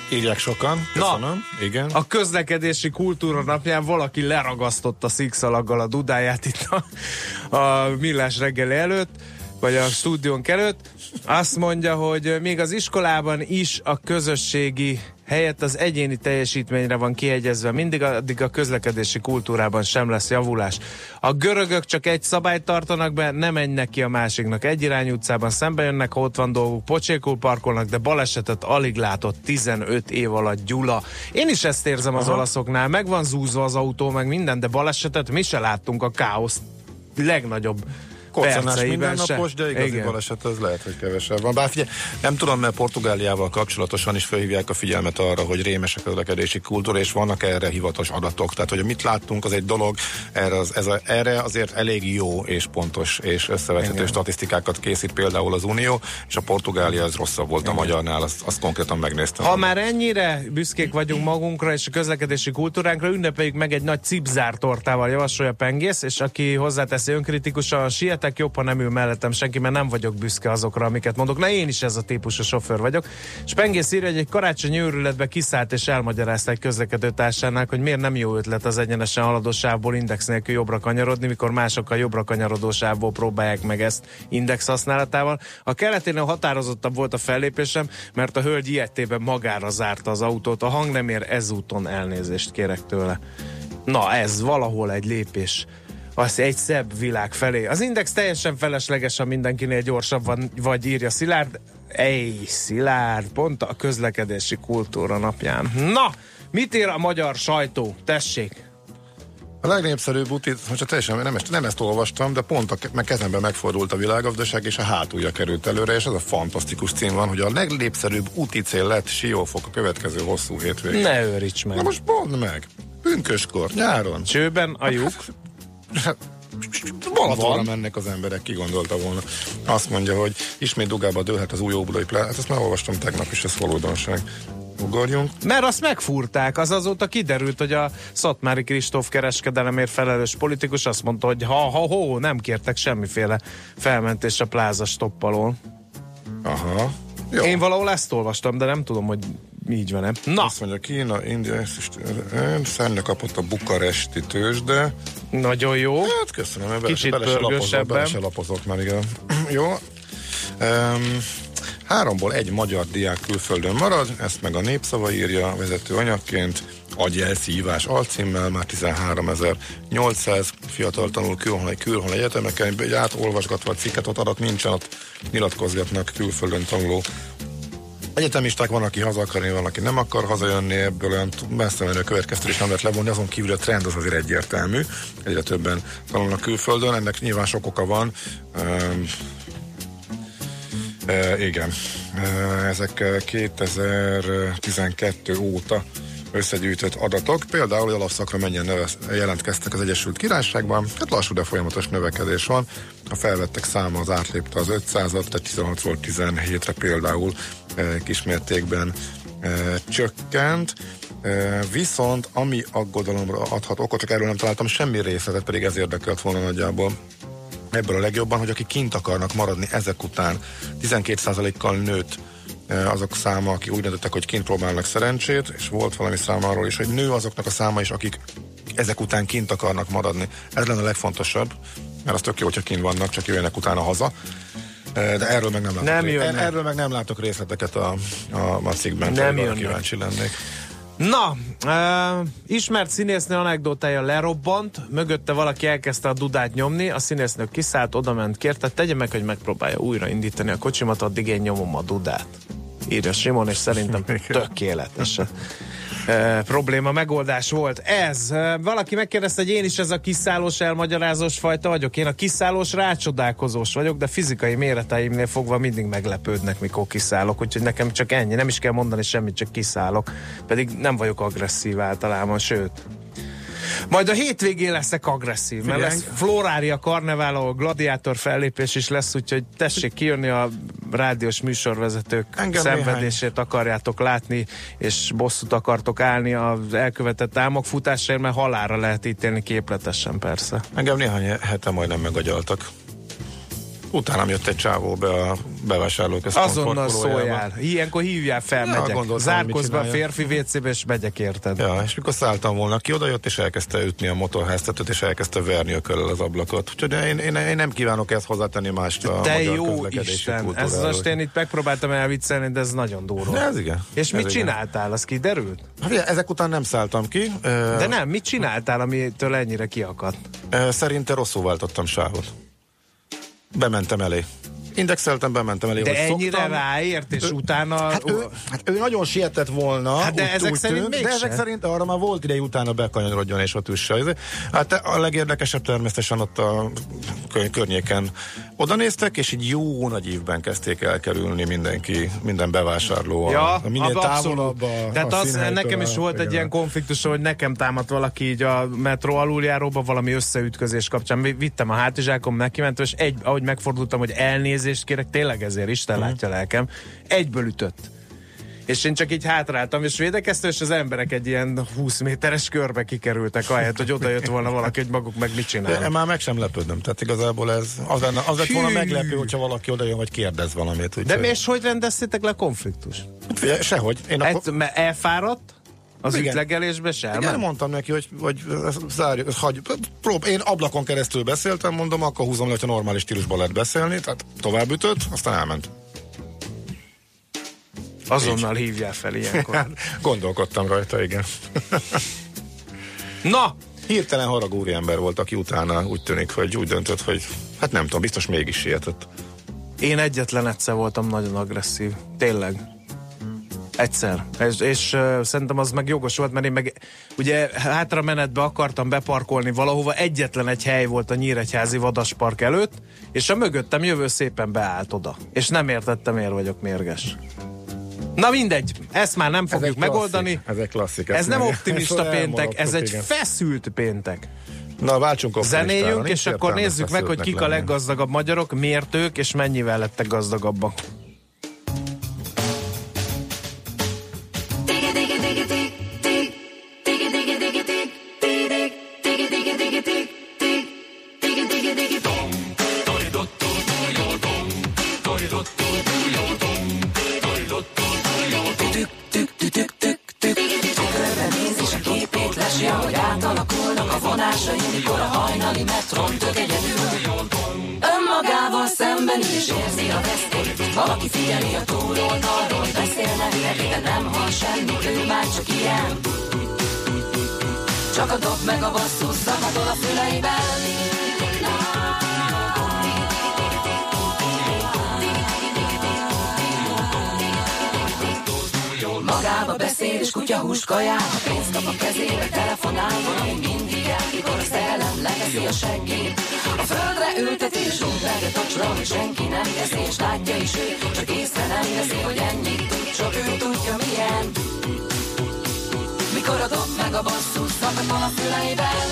Írják sokan. Köszönöm. Na, igen. A közlekedési kultúra napján valaki leragasztotta szikszalaggal a dudáját itt a, a Millás reggeli előtt, vagy a stúdiónk előtt. Azt mondja, hogy még az iskolában is a közösségi helyett az egyéni teljesítményre van kiegyezve, mindig addig a közlekedési kultúrában sem lesz javulás. A görögök csak egy szabályt tartanak be, nem mennek ki a másiknak. Egyirányú utcában szembe jönnek, ha ott van dolguk, pocsékul parkolnak, de balesetet alig látott tizenöt év alatt Gyula. Én is ezt érzem az Aha. olaszoknál, meg van zúzva az autó, meg minden, de balesetet mi se láttunk a káosz legnagyobb koccanás mindennapos, de igazi igen. baleset az lehet, hogy kevesebb van. Bár figyelj, nem tudom, mert Portugáliával kapcsolatosan is felhívják a figyelmet arra, hogy rémes a közlekedési kultúra, és vannak erre hivatalos adatok. Tehát, hogy mit láttunk, az egy dolog, erre, az, ez a, erre azért elég jó és pontos és összevethető igen. statisztikákat készít például az Unió, és a Portugália az rosszabb volt igen. a magyarnál, azt, azt konkrétan megnéztem. Ha már ennyire büszkék vagyunk magunkra és a közlekedési kultúránkra, ünnepeljük meg egy nagy cipzártortával, javasolja Pengész, és aki hozzáteszi önkritikusan, siet jobb, ha nem ül mellettem senki, mert nem vagyok büszke azokra, amiket mondok. Na, én is ez a típusú sofőr vagyok. És Pengész írja, hogy egy karácsonyi őrületbe kiszállt és elmagyarázta egy közlekedőtársának, hogy miért nem jó ötlet az egyenesen haladó sávból index nélkül jobbra kanyarodni, mikor mások a jobbra kanyarodó sávból próbálják meg ezt index használatával. A keleténél határozottabb volt a fellépésem, mert a hölgy ilyetében magára zárta az autót. A hang nem ér, ezúton elnézést kérek tőle. Na, ez valahol egy lépés az egy szebb világ felé. Az index teljesen felesleges, ha mindenkinél gyorsabb van, vagy írja Szilárd. Ej, Szilárd, pont a közlekedési kultúra napján. Na, mit ír a magyar sajtó? Tessék! A legnépszerűbb úti, hogyha teljesen nem ezt, nem ezt olvastam, de pont a meg kezemben megfordult a világgazdaság, és a hátulja került előre, és ez a fantasztikus cím van, hogy a legnépszerűbb úti cél lett Siófok a következő hosszú hétvégén. Ne őríts meg! Na most mondd meg! Pünköskor, nyáron. Csőben a lyuk. Balatonra mennek az emberek, ki gondolta volna. Azt mondja, hogy ismét dugába dőlhet az új óbudai plán. Hát ezt már olvastam tegnap is, ez valódanság. Ugorjunk. Mert azt megfúrták, az azóta kiderült, hogy a Szatmári Kristóf kereskedelemért felelős politikus azt mondta, hogy ha, ha, ho, nem kértek semmiféle felmentést a pláza stopp alól. Aha. Jó. Én valahol ezt olvastam, de nem tudom, hogy így van-e. Na! Azt mondja, Kína, India, ezt is szerne kapott a bukaresti tőzsde. Nagyon jó. Hát köszönöm, ebben kicsit bele se lapozok, bele se lapozok már, igen. Jó. Um, háromból egy magyar diák külföldön marad, ezt meg a Népszava írja vezető anyagként, agyelszívás alcímmel, már tizenháromezer-nyolcszáz fiatal tanul külhonlai külhonlai egyetemeken, egy átolvasgatva a cikket, ott adat nincsen, ott nyilatkozgatnak külföldön tanuló egyetemisták, van, aki haza akar, van, aki nem akar hazajönni, ebből olyan messze menő következtetés nem lehet levonni, azon kívül a trend az azért egyértelmű, egyre többen tanulnak külföldön, ennek nyilván sok oka van. Um, e, igen, e, ezek kétezer-tizenkettő óta összegyűjtött adatok, például, hogy alapszakra mennyien növesz, jelentkeztek az Egyesült Királyságban, hát lassú, de folyamatos növekedés van. A felvettek száma az átlépte az ötszázat, tehát tizenhatról tizenhétre például e, kismértékben e, csökkent. E, viszont ami aggodalomra adhat okot, csak erről nem találtam semmi részletet, pedig ez érdekelt volna nagyjából ebből a legjobban, hogy akik kint akarnak maradni ezek után, tizenkét százalékkal nőtt azok száma, akik úgy döntöttek, hogy kint próbálnak szerencsét, és volt valami száma arról is, hogy nő azoknak a száma is, akik ezek után kint akarnak maradni. Ez lenne a legfontosabb, mert az tök jó, hogyha kint vannak, csak jöjjenek utána haza. De erről meg nem látok, nem ré... erről meg nem látok részleteket a, a, a cikkben, nem kíváncsi lennék. Na, uh, ismert színésznő anekdótája lerobbant, mögötte valaki elkezdte a dudát nyomni, a színésznő kiszállt, odament, kérte, tegye meg, hogy megpróbálja újra indítani a kocsimat, addig én nyomom a dudát. Írja Simon, és szerintem tökéletes. Uh, probléma megoldás volt. Ez, uh, valaki megkérdezte, hogy én is ez a kiszállós, elmagyarázós fajta vagyok. Én a kiszállós rácsodálkozós vagyok, de fizikai méreteimnél fogva mindig meglepődnek, mikor kiszállok, úgyhogy nekem csak ennyi, nem is kell mondani semmit, csak kiszállok. Pedig nem vagyok agresszív általában, sőt. Majd a hétvégén leszek agresszív, mert lesz Florária Karnevál, ahol gladiátor fellépés is lesz, úgyhogy tessék kijönni, a rádiós műsorvezetők engem szenvedését néhány. Akarjátok látni, és bosszút akartok állni az elkövetett álmokfutásért, mert halálra lehet ítélni képletesen persze. Engem néhány hete majdnem megagyaltak. Utánam jött egy csávó be a bevásárlóközpont azonnal szóljál. Ilyenkor hívjál fel, ja, megyek. Zárkozz be a férfi vécébe, és megyek érted. Ja, és mikor szálltam volna ki, oda jött, és elkezdte ütni a motorháztetőt, és elkezdte verni a körül az ablakot. Úgyhogy én, én, én nem kívánok ezt hozzátenni mást a Te magyar jó közlekedési Isten, kultúráról. ez most én itt megpróbáltam elviccelni, de ez nagyon durva. De ez igen. És ez mit igen. csináltál? Az kiderült? Hát, ezek után nem szálltam ki. De nem, mit csináltál, amitől ennyire kiakadt? Szerinte rosszul váltottam sávot. Bementem elé. Indexeltem, bementem elé, de hogy ennyire szoktam. ráért, és ő, utána... Hát ő, hát ő nagyon sietett volna, hát de úgy, ezek úgy szerint tűnt, mégse. de ezek szerint arra már volt ideje, utána bekanyarodjon és ott üsse. Hát a legérdekesebb természetesen ott a környéken oda néztek, és így jó nagy évben kezdték elkerülni mindenki, minden bevásárló. Ja, a, a minél távolabb a, tehát a az, nekem is volt egy ilyen konfliktus, hogy nekem támadt valaki így a metró aluljáróba valami összeütközés kapcsán. Vittem a hátizsákom, nekimentem, és egy, ahogy megfordultam, hogy elnézést kérek, tényleg ezért Isten uh-huh. látja lelkem, egyből ütött. És én csak így hátráltam, és védekeztem, és az emberek egy ilyen húsz méteres körbe kikerültek, ahelyett, hogy oda jött volna valaki, hogy maguk meg mit csinálnak. De már meg sem lepődöm, tehát igazából ez az, lenne, az lett volna meglepő, hogyha valaki oda jön, vagy kérdez valamit. De mi és hogy rendeztétek le a konfliktus? Hát, sehogy. Én akkor... akkor... Mert elfáradt? Az igen. Ütlegelésbe sem? Igen, mondtam neki, hogy, hogy zárjuk, hagy, prób, én ablakon keresztül beszéltem, mondom, akkor húzom le, hogyha normális stílusban lehet beszélni, tehát tovább ütött, aztán elment. Azonnal hívjál fel ilyenkor. Gondolkodtam rajta, igen. Na! Hirtelen haragú úriember volt, aki utána úgy tűnik, hogy úgy döntött, hogy hát nem tudom, biztos mégis sietett. Én egyetlen egyszer voltam nagyon agresszív. Tényleg. Egyszer. És, és uh, szerintem az meg jogos volt, mert én meg ugye hátra menetbe akartam beparkolni valahova, egyetlen egy hely volt a Nyíregyházi Vadaspark előtt, és a mögöttem jövő szépen beállt oda. És nem értettem, miért vagyok mérges. Na mindegy, ezt már nem fogjuk ez megoldani. Ez egy klasszik. Ez nem optimista péntek, ez egy igen. feszült péntek. Na, váltsunk zenéljünk, és akkor nézzük meg, hogy kik lenni. A leggazdagabb magyarok, miért ők, és mennyivel lettek gazdagabbak. Mikor a hajnali metron tök egyedül önmagával szemben is érzi a vesztét. Valaki figyeli a túloldalról, beszélnek neki, de nem hall semmit, ő már csak ilyen. Csak a dob meg a basszus zakatol a füleiben. Magába beszél és kutyahús kajál, ha pénzt kap a kezébe, telefonál, valami mindig el, mikor a szellem leveszi a seggét. A földre ülteti és rúgvág a tocsra, hogy senki nem teszi, és látja is ő, csak észre nem veszi, hogy ennyit tud, csak ő tudja milyen. Mikor a dob meg a basszus zakatol a füleiben.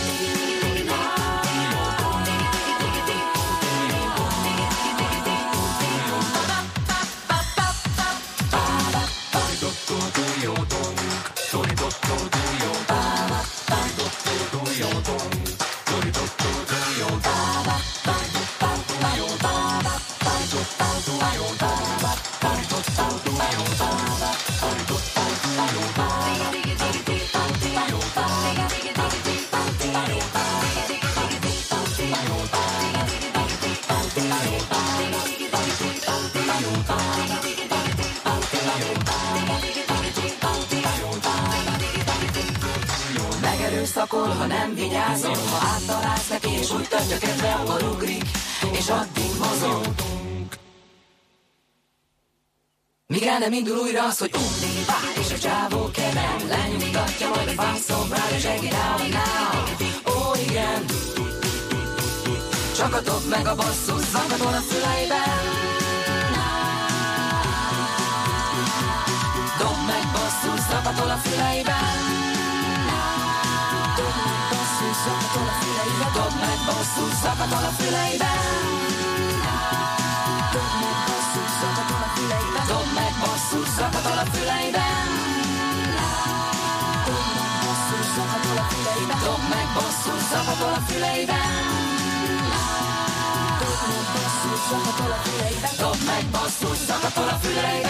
Megerőszakol, ha nem vigyázol, ha áttalálsz neki, és úgy tartja kedve, akkor ugrik, és addig mozog. Míg el nem indul újra az, hogy ugrik, vár, és a csávó kemel, lenyugtatja majd a fászomrál, és egész now, now. Ó, igen, csak a dob meg a basszus zakatol a füleiben. Dob meg basszus zakatol a füleiben. Dob meg basszus zakatol a füleiben. Dob meg basszus zakatol a füleiben. Dob meg basszus zakatol a füleiben. Dob meg basszus zakatol a füleiben. Dob meg basszus zakatol a füleiben. Dob meg basszus zakatol a füleiben. Dob meg basszus Szakatol a füleibe, dobd meg basszus, szakatol a füleibe.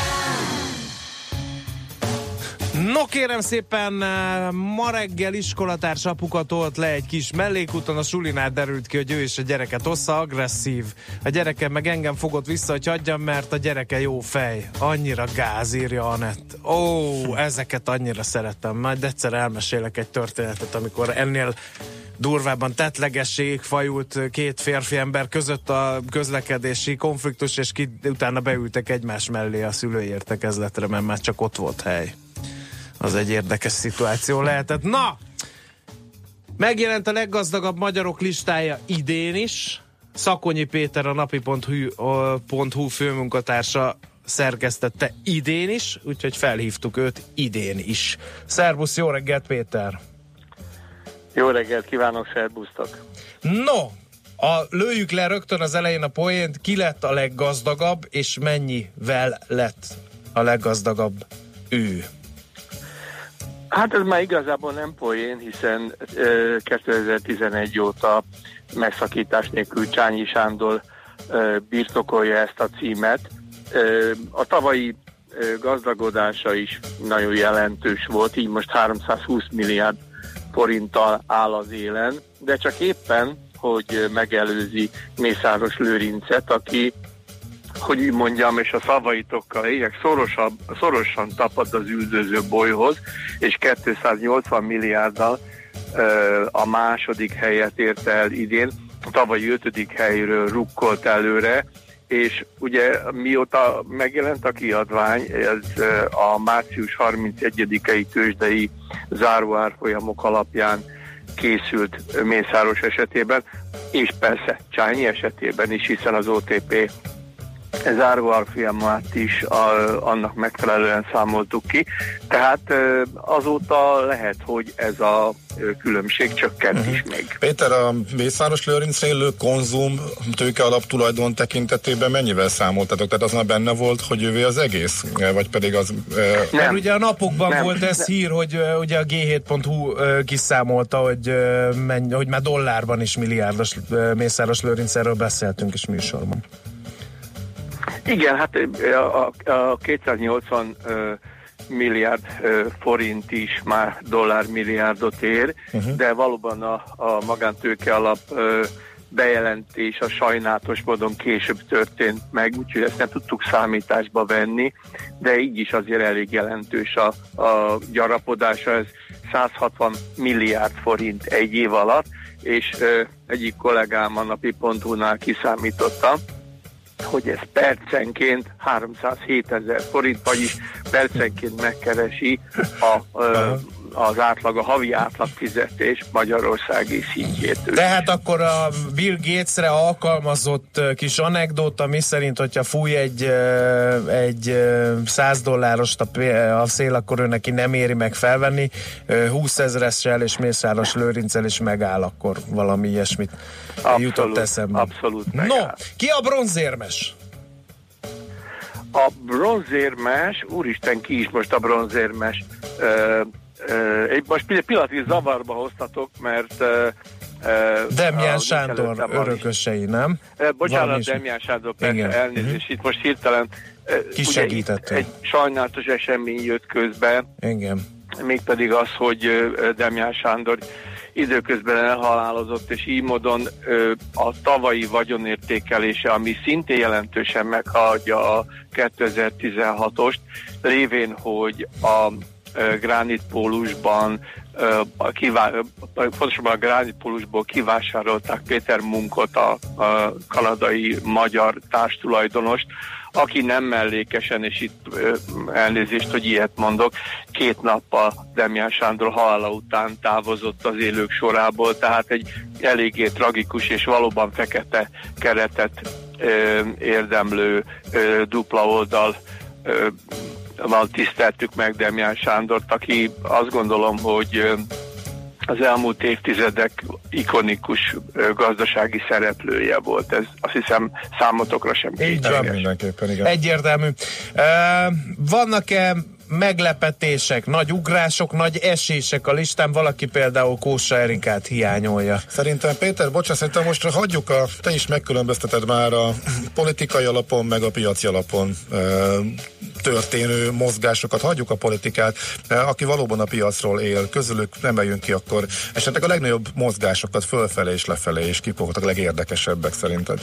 No kérem szépen, ma reggel iskolatárs apuka tolt le egy kis mellékúton, a sulinál derült ki, hogy ő és a gyereke Tossza agresszív. A gyereke meg engem fogott vissza, hogy hagyjam, mert a gyereke jó fej. Annyira gáz, írja Anett. Ó, ezeket annyira szeretem. Majd egyszer elmesélek egy történetet, amikor ennél durvában tettlegesség fajult két férfi ember között a közlekedési konfliktus, és ki, utána beültek egymás mellé a szülői értekezletre, mert már csak ott volt hely. Az egy érdekes szituáció lehetett. Na! Megjelent a leggazdagabb magyarok listája idén is. Szakonyi Péter, a napi pont hu főmunkatársa szerkesztette idén is, úgyhogy felhívtuk őt idén is. Szervusz, jó reggelt, Péter! Jó reggelt kívánok, szervusztok! No! A, lőjük le rögtön az elején a poént, ki lett a leggazdagabb, és mennyivel lett a leggazdagabb ő? Hát ez már igazából nem poén, hiszen ö, kétezer-tizenegy óta megszakítás nélkül Csányi Sándor ö, birtokolja ezt a címet. Ö, a tavalyi ö, gazdagodása is nagyon jelentős volt, így most háromszázhúsz milliárd forinttal áll az élen, de csak éppen, hogy megelőzi Mészáros Lőrincet, aki, hogy úgy mondjam, és a szavaitokkal éjek szorosabb, szorosan tapad az üldöző bolyhoz, és kétszáznyolcvan milliárddal ö, a második helyet érte el idén, a tavalyi ötödik helyről rukkolt előre, és ugye mióta megjelent a kiadvány, ez a március harmincegyedikei tőzsdei záróárfolyamok alapján készült Mészáros esetében, és persze Csányi esetében is, hiszen az o té pé záróárfolyamát is a, annak megfelelően számoltuk ki. Tehát azóta lehet, hogy ez a különbség csökkent uh-huh. is még. Péter, a Mészáros Lőrincre élő Konzum tőke alap tulajdon tekintetében mennyivel számoltatok? Tehát az már benne volt, hogy ővé az egész? Vagy pedig az... Nem. Mert ugye a napokban nem. volt ez nem. hír, hogy ugye a gé hét pont hu kiszámolta, hogy, menny, hogy már dollárban is milliárdos Mészáros Lőrinc, erről beszéltünk is műsorban. Igen, hát a, a kétszáznyolcvan uh, milliárd uh, forint is már dollármilliárdot ér, uh-huh. de valóban a, a magántőke alap uh, bejelentés a sajnálatos módon később történt meg, úgyhogy ezt nem tudtuk számításba venni, de így is azért elég jelentős a, a gyarapodása, ez százhatvan milliárd forint egy év alatt, és uh, egyik kollégám a napi pont hu-nál kiszámította, hogy ez percenként háromszázhétezer forint, vagyis percenként megkeresi a, a, az átlag, a havi átlag fizetés magyarországi szintjét. Tehát akkor a Bill Gatesre alkalmazott kis anekdóta, mi szerint, hogyha fúj egy, egy száz dollárost a szél, akkor ő neki nem éri meg felvenni, húszezressel és Mészáros Lőrinccel is megáll, akkor valami ilyesmit abszolút, jutott eszembe. Abszolút megáll. No, ki a bronzérmes? A bronzérmes, úristen, ki is most a bronzérmes? Uh, uh, egy most pillanatig zavarba hoztatok, mert uh, Demján Sándor örökösei, nem? Uh, bocsánat, Demján Sándor, persze, elnézést, uh-huh. itt most hirtelen uh, ki segítette? Egy sajnálatos esemény jött közbe. Igen. Mégpedig az, hogy uh, Demján Sándor időközben elhalálozott, és így módon ö, a tavalyi vagyonértékelése, ami szintén jelentősen meghaladja a kétezer-tizenhatost, lévén, hogy a ö, gránitpólusban ö, a kivá, ö, pontosabban a gránitpólusból kivásárolták Péter Munkot, a, a kanadai magyar társtulajdonost, aki nem mellékesen, és itt ö, elnézést, hogy ilyet mondok, két nappal Demján Sándor halála után távozott az élők sorából, tehát egy eléggé tragikus és valóban fekete keretet ö, érdemlő ö, dupla oldal ö, val tiszteltük meg Demján Sándort, aki azt gondolom, hogy ö, az elmúlt évtizedek ikonikus ö, gazdasági szereplője volt. Ez azt hiszem számotokra sem kétséges. Mindenképpen, igen. Egyértelmű. Uh, vannak-e meglepetések, nagy ugrások, nagy esések a listán, valaki például Kósa Erikát hiányolja. Szerintem, Péter, bocsánat, szerintem most hagyjuk a, te is megkülönbözteted már a politikai alapon, meg a piaci alapon e, történő mozgásokat, hagyjuk a politikát, e, aki valóban a piacról él, közülük emeljünk ki akkor esetleg a legnagyobb mozgásokat fölfelé és lefelé, és kik voltak a legérdekesebbek szerinted?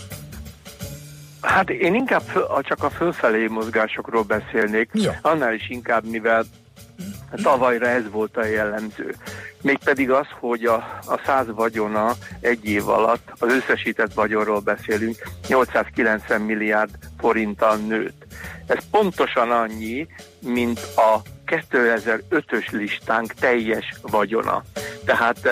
Hát én inkább csak a fölfelé mozgásokról beszélnék, ja. Annál is inkább, mivel tavalyra ez volt a jellemző. Mégpedig az, hogy a, a száz vagyona egy év alatt, az összesített vagyonról beszélünk, nyolcszázkilencven milliárd forinttal nőtt. Ez pontosan annyi, mint a kétezer-ötös listánk teljes vagyona. Tehát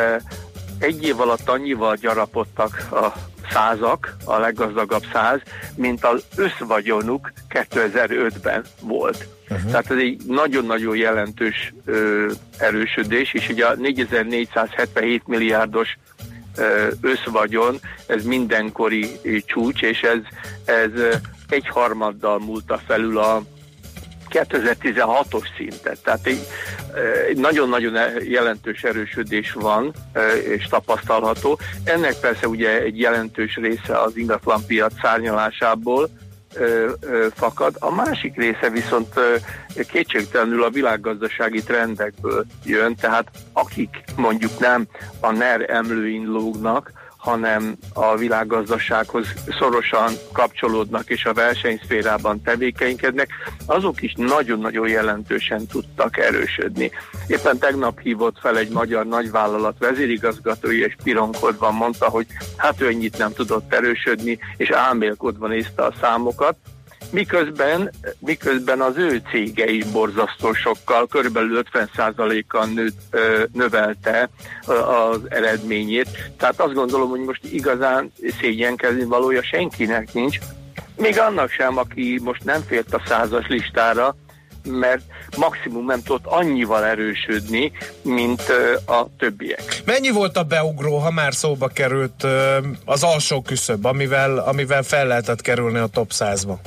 egy év alatt annyival gyarapodtak a százak, a leggazdagabb száz, mint az összvagyonuk kétezer-ötben volt. Uh-huh. Tehát ez egy nagyon-nagyon jelentős ö, erősödés, és ugye a négyezer-négyszázhetvenhét milliárdos ö, összvagyon, ez mindenkori ö, csúcs, és ez, ez ö, egyharmaddal múlta felül a kétezer-tizenhatos szintet. Tehát egy, egy nagyon-nagyon jelentős erősödés van és tapasztalható. Ennek persze ugye egy jelentős része az ingatlanpiac szárnyalásából ö, ö, fakad. A másik része viszont ö, kétségtelenül a világgazdasági trendekből jön, tehát akik mondjuk nem a NER emlőin lógnak, hanem a világgazdasághoz szorosan kapcsolódnak és a versenyszférában tevékenykednek, azok is nagyon-nagyon jelentősen tudtak erősödni. Éppen tegnap hívott fel egy magyar nagyvállalat vezérigazgatója, és pironkodva mondta, hogy hát ő ennyit nem tudott erősödni, és álmélkodva nézte a számokat, miközben, miközben az ő cége is borzasztó sokkal, körülbelül ötven százalékkal nőtt, ö, növelte az eredményét. Tehát azt gondolom, hogy most igazán szégyenkezni valója senkinek nincs, még annak sem, aki most nem fért a százas listára, mert maximum nem tudott annyival erősödni, mint ö, a többiek. Mennyi volt a beugró, ha már szóba került ö, az alsó küszöb, amivel, amivel fel lehetett kerülni a top százba?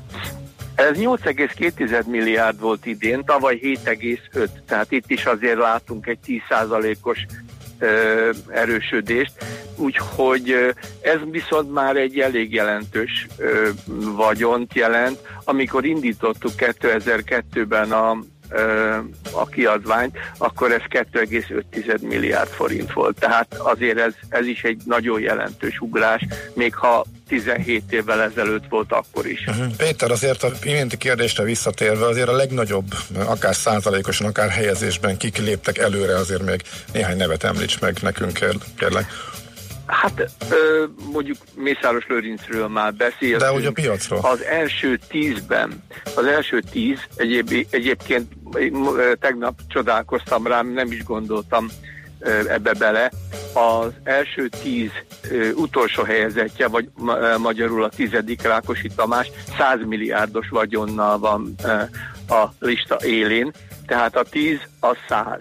Ez nyolc egész két milliárd volt idén, tavaly hét egész öt, tehát itt is azért látunk egy tíz százalékos ö, erősödést, úgyhogy ö, ez viszont már egy elég jelentős ö, vagyont jelent. Amikor indítottuk kétezer-kettőben a, ö, a kiadványt, akkor ez két egész öt milliárd forint volt. Tehát azért ez, ez is egy nagyon jelentős ugrás, még ha tizenhét évvel ezelőtt volt akkor is. Uh-huh. Péter, azért a iménti kérdésre visszatérve, azért a legnagyobb, akár százalékosan, akár helyezésben kik léptek előre, azért még néhány nevet említs meg nekünk, kérlek. Hát ö, mondjuk Mészáros Lőrincről már beszéltünk. De úgy a piacról? Az első tízben, az első tíz egyéb, egyébként tegnap csodálkoztam rám, nem is gondoltam ebbe bele. Az első tíz ö, utolsó helyezettje, vagy ma, magyarul a tizedik Rákosi Tamás száz milliárdos vagyonnal van ö, a lista élén, tehát a tíz a száz.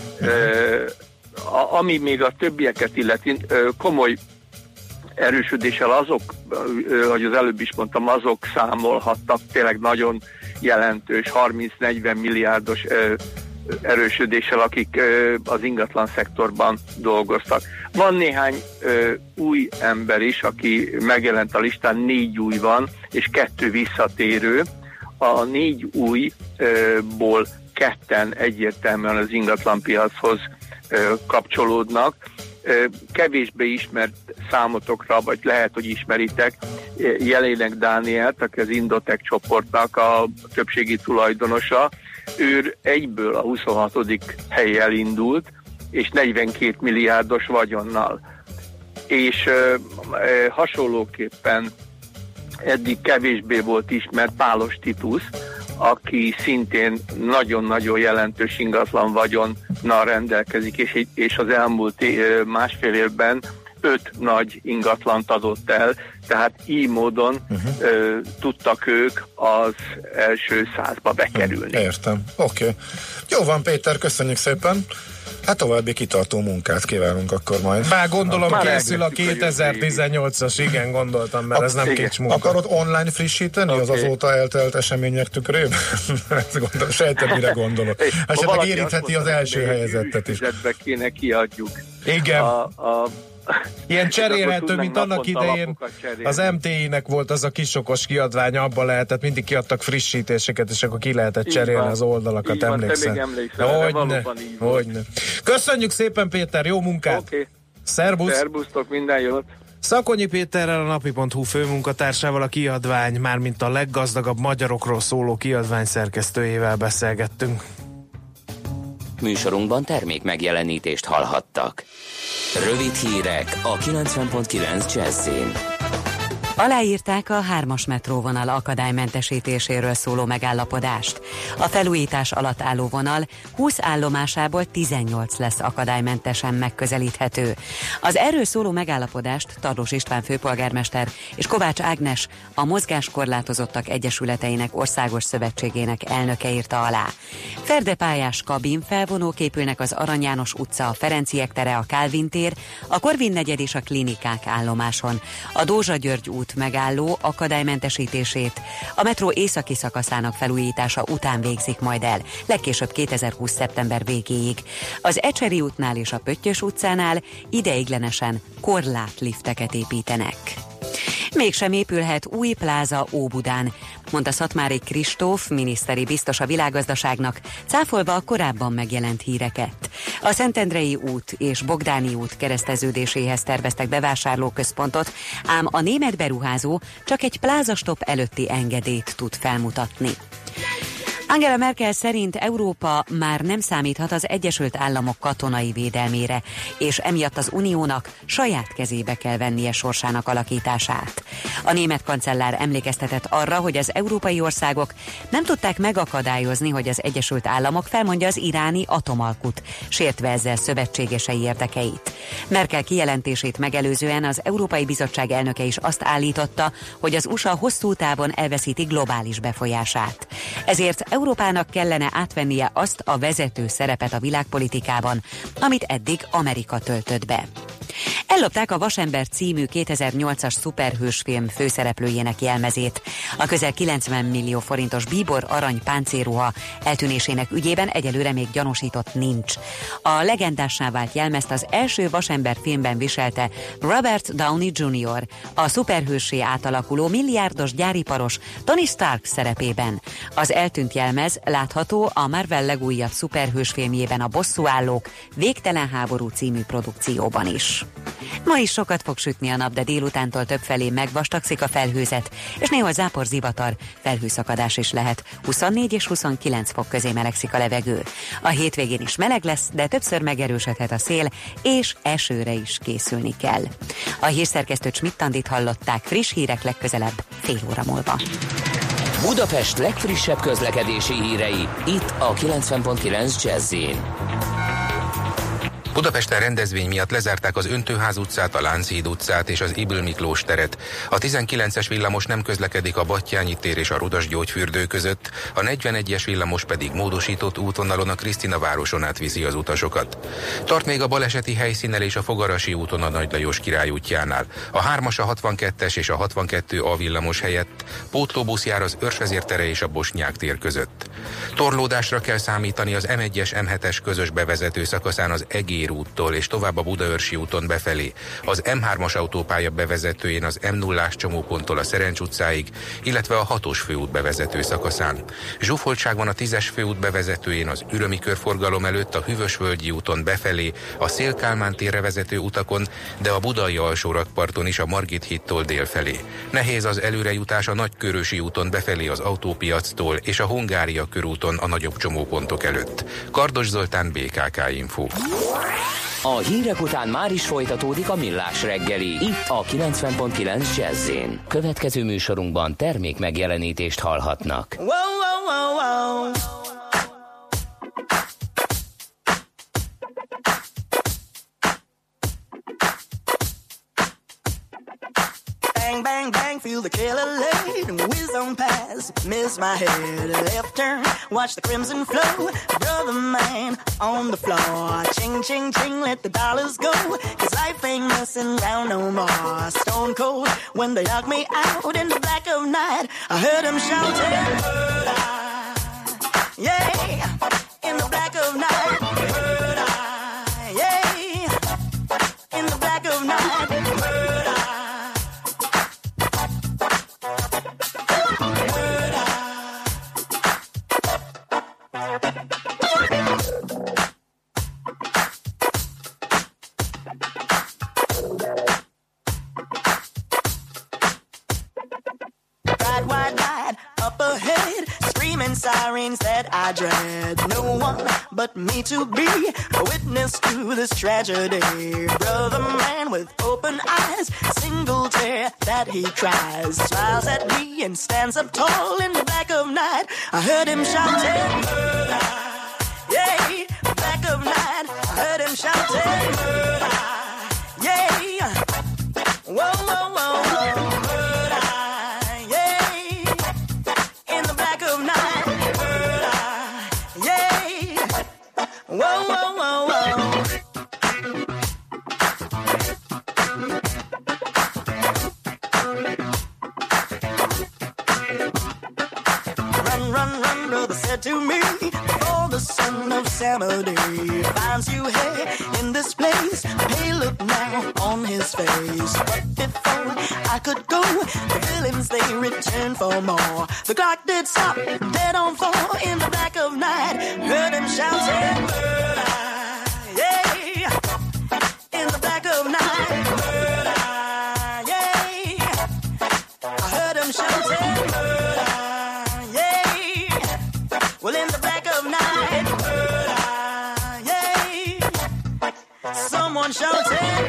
Ö, a, ami még a többieket illeti, ö, komoly erősödéssel azok, ö, ahogy az előbb is mondtam, azok számolhattak tényleg nagyon jelentős harminc-negyven milliárdos ö, erősödéssel, akik ö, az ingatlan szektorban dolgoztak. Van néhány ö, új ember is, aki megjelent a listán, négy új van, és kettő visszatérő. A négy újból ketten egyértelműen az ingatlanpiachoz ö, kapcsolódnak. Ö, kevésbé ismert számotokra, vagy lehet, hogy ismeritek, Jelének Dánielt, aki az Indotech csoportnak a többségi tulajdonosa. Ő egyből a huszonhatodik helyen indult, és negyvenkét milliárdos vagyonnal. És ö, ö, hasonlóképpen eddig kevésbé volt ismert Pálos Titus, aki szintén nagyon-nagyon jelentős ingatlan vagyonnal rendelkezik, és, és az elmúlt ö, másfél évben öt nagy ingatlant adott el, tehát így módon uh-huh. ö, tudtak ők az első százba bekerülni. Értem, oké. Okay. Jó van, Péter, köszönjük szépen. Hát további kitartó munkát kívánunk akkor majd. Már gondolom Már készül a kétezer-tizennyolcas, igen, gondoltam, mert a, ez nem igen. Kicsi munka. Akarod online frissíteni okay. az azóta eltelt események tükrében? Gondolom, sejtem, mire gondolok. Esetleg érintheti az első helyezettet is. Kéne kiadjuk. Igen. A, a Ilyen cserélhető, mint annak idején az em té i-nek volt az a kisokos kiadványa, abban lehetett, mindig kiadtak frissítéseket, és akkor ki lehetett cserélni az oldalakat, így emlékszem. Hogyne, hogyne. Köszönjük szépen, Péter, jó munkát! Okay. Szerbusz! Szerbusztok, minden jót! Szakonyi Péterrel, a napi pont hu főmunkatársával, a kiadvány, mármint a leggazdagabb magyarokról szóló kiadvány szerkesztőjével beszélgettünk. Műsorunkban termék megjelenítést hallhattak. Rövid hírek a kilencven pont kilenc Jazzin. Aláírták a hármas metróvonal akadálymentesítéséről szóló megállapodást. A felújítás alatt álló vonal húsz állomásából tizennyolc lesz akadálymentesen megközelíthető. Az erről szóló megállapodást Tarlós István főpolgármester és Kovács Ágnes, a Mozgáskorlátozottak Egyesületeinek Országos Szövetségének elnöke írta alá. Ferdepályás kabin felvonók épülnek az Arany János utca, a Ferenciek tere, a Kálvin tér, a Korvin negyed és a Klinikák állomáson. A Dózsa György út megálló akadálymentesítését a metró északi szakaszának felújítása után végzik majd el, legkésőbb kétezer-húsz szeptember végéig. Az Ecseri útnál és a Pöttyös utcánál ideiglenesen korlátlifteket építenek. Mégsem épülhet új pláza Óbudán, mondta Szatmári Kristóf, miniszteri biztos a világgazdaságnak, cáfolva a korábban megjelent híreket. A Szentendrei út és Bogdáni út kereszteződéséhez terveztek bevásárlóközpontot, ám a német beruházó csak egy plázastop előtti engedélyt tud felmutatni. Angela Merkel szerint Európa már nem számíthat az Egyesült Államok katonai védelmére, és emiatt az Uniónak saját kezébe kell vennie sorsának alakítását. A német kancellár emlékeztetett arra, hogy az európai országok nem tudták megakadályozni, hogy az Egyesült Államok felmondja az iráni atomalkut, sértve ezzel szövetségesei érdekeit. Merkel kijelentését megelőzően az Európai Bizottság elnöke is azt állította, hogy az u es á hosszú távon elveszíti globális befolyását. Ezért Európának kellene átvennie azt a vezető szerepet a világpolitikában, amit eddig Amerika töltött be. Ellopták a Vasember című kétezer-nyolcas szuperhősfilm főszereplőjének jelmezét. A közel kilencven millió forintos bíbor arany páncélruha eltűnésének ügyében egyelőre még gyanúsított nincs. A legendássá vált jelmezt az első Vasember filmben viselte Robert Downey junior, a szuperhőssé átalakuló milliárdos gyáriparos Tony Stark szerepében. Az eltűnt jelmez látható a Marvel legújabb szuperhősfilmjében, a Bosszúállók Végtelen háború című produkcióban is. Ma is sokat fog sütni a nap, de délutántól többfelé megvastagszik a felhőzet, és néhol zápor, zivatar, felhőszakadás is lehet. huszonnégy és huszonkilenc fok közé melegszik a levegő. A hétvégén is meleg lesz, de többször megerősödhet a szél, és esőre is készülni kell. A hírszerkesztő Schmidt-Tandit hallották, friss hírek legközelebb fél óra múlva. Budapest legfrissebb közlekedési hírei, itt a kilencven pont kilenc Jazz-in. Budapesten rendezvény miatt lezárták az Öntőház utcát, a Lánchíd utcát és az Ybl Miklós teret. A tizenkilences villamos nem közlekedik a Batthyány tér és a Rudas gyógyfürdő között, a negyvenegyes villamos pedig módosított útvonalon a Krisztina városon átviszi az utasokat. Tart még a baleseti helyszínnel és a Fogarasi úton a Nagy Lajos Király útjánál. A hármas, a hatvankettes és a hatvankettő A villamos helyett pótlóbusz jár az Őrsvezér tere és a Bosnyák tér között. Torlódásra kell számítani az M egyes M hetes közös bevezető szakaszán az Egér úttól és tovább a Budaörsi úton befelé, az M hármas autópálya bevezetőjén az M nullás csomóponttól a Szerencs utcáig, illetve a hatos főút bevezető szakaszán. Zsúfoltság van a tízes főút bevezetőjén az Ürömi körforgalom előtt, a Hűvösvölgyi úton befelé, a Széll-Kálmán térre vezető utakon, de a Budai alsórakparton is a Margit hídtól délfelé. Nehéz az előrejutás a Nagykörösi úton befelé az Autópiactól és a Hungária körúton a nagyobb csomópontok előtt. Kardos Zoltán, bé ká ká Info. A hírek után már is folytatódik a Millás reggeli, itt a kilencven pont kilenc Jazz-én. Következő műsorunkban termék megjelenítést hallhatnak. Wow, wow, wow, wow. Bang, bang, bang, feel the killer laid. Whiz on past, miss my head. Left turn, watch the crimson flow. Brother man on the floor. Ching, ching, ching, let the dollars go. Cause life ain't messing around no more. Stone cold when they knock me out in the black of night. I heard him shouting, murder. Yeah, in the black of night. Murder. Yeah, in the black of night. Murder. Bright white light up ahead, screaming sirens that I dread. No one but me to be a witness to this tragedy. Brother man with open eyes, single tear that he cries. Smiles at me and stands up tall in the black of night. I heard him shouting, murder. Yeah, black of night. I heard him shouting, murder. Yeah, whoa, whoa, whoa, whoa. Murder. Yeah, in the black of night. Murder. Yeah, whoa, whoa, whoa, whoa. Run, run, run, brother said to me, before the son of Samadhi finds you here in this place. Hey, look now on his face. But before I could go, the villains they returned for more. The clock did stop, dead on four in the black of night. Heard him shouting, murder. Yeah, in the black of night. Murder. Yeah, I heard him shouting, murder. Well, in the black of night, murder, yeah. Someone shouting,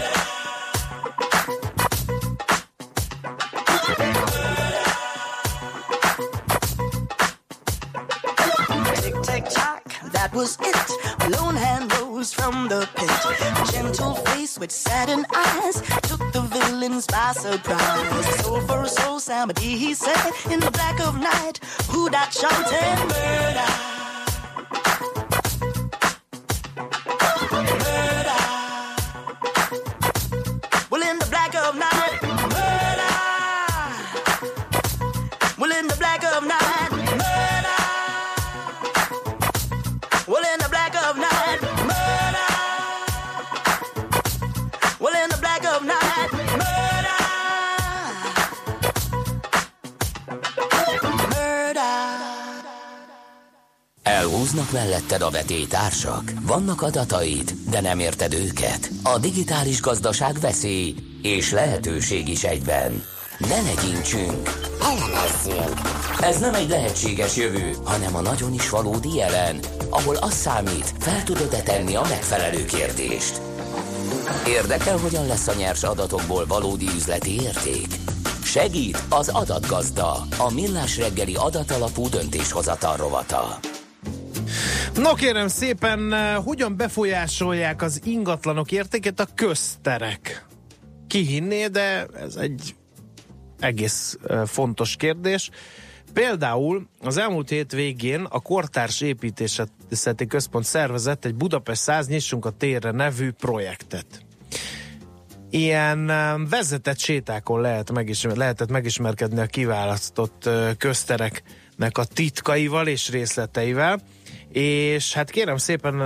tick, tick, tock, that was it. Lone hand rose from the pit. Gentle face with saddened eyes took the villains by surprise. Soul for a soul, Samadhi, he said, in the black of night. Who that shouting, murder? Murder. Well, in the black of night, murder. Well, in the black of night, murder. Well, in the black of night, murder. Well, in the black of night, murder. Elhúznak melletted a vetélytársak? Vannak adataid, de nem érted őket? A digitális gazdaság veszély és lehetőség is egyben. Ne legyintsünk, elemezzünk! Ez nem egy lehetséges jövő, hanem a nagyon is valódi jelen, ahol az számít, fel tudod-e tenni a megfelelő kérdést. Érdekel, hogyan lesz a nyers adatokból valódi üzleti érték? Segít az adatgazda, a Millás reggeli adatalapú döntéshozatal rovata. No kérem szépen, hogyan befolyásolják az ingatlanok értékét a közterek? Ki hinné, de ez egy egész fontos kérdés. Például az elmúlt hét végén a Kortárs Építészeti Központ szervezett egy Budapest száz Nyissunk a térre nevű projektet. Ilyen vezetett sétákon lehet megismer, lehetett megismerkedni a kiválasztott köztereknek a titkaival és részleteivel, és hát kérem szépen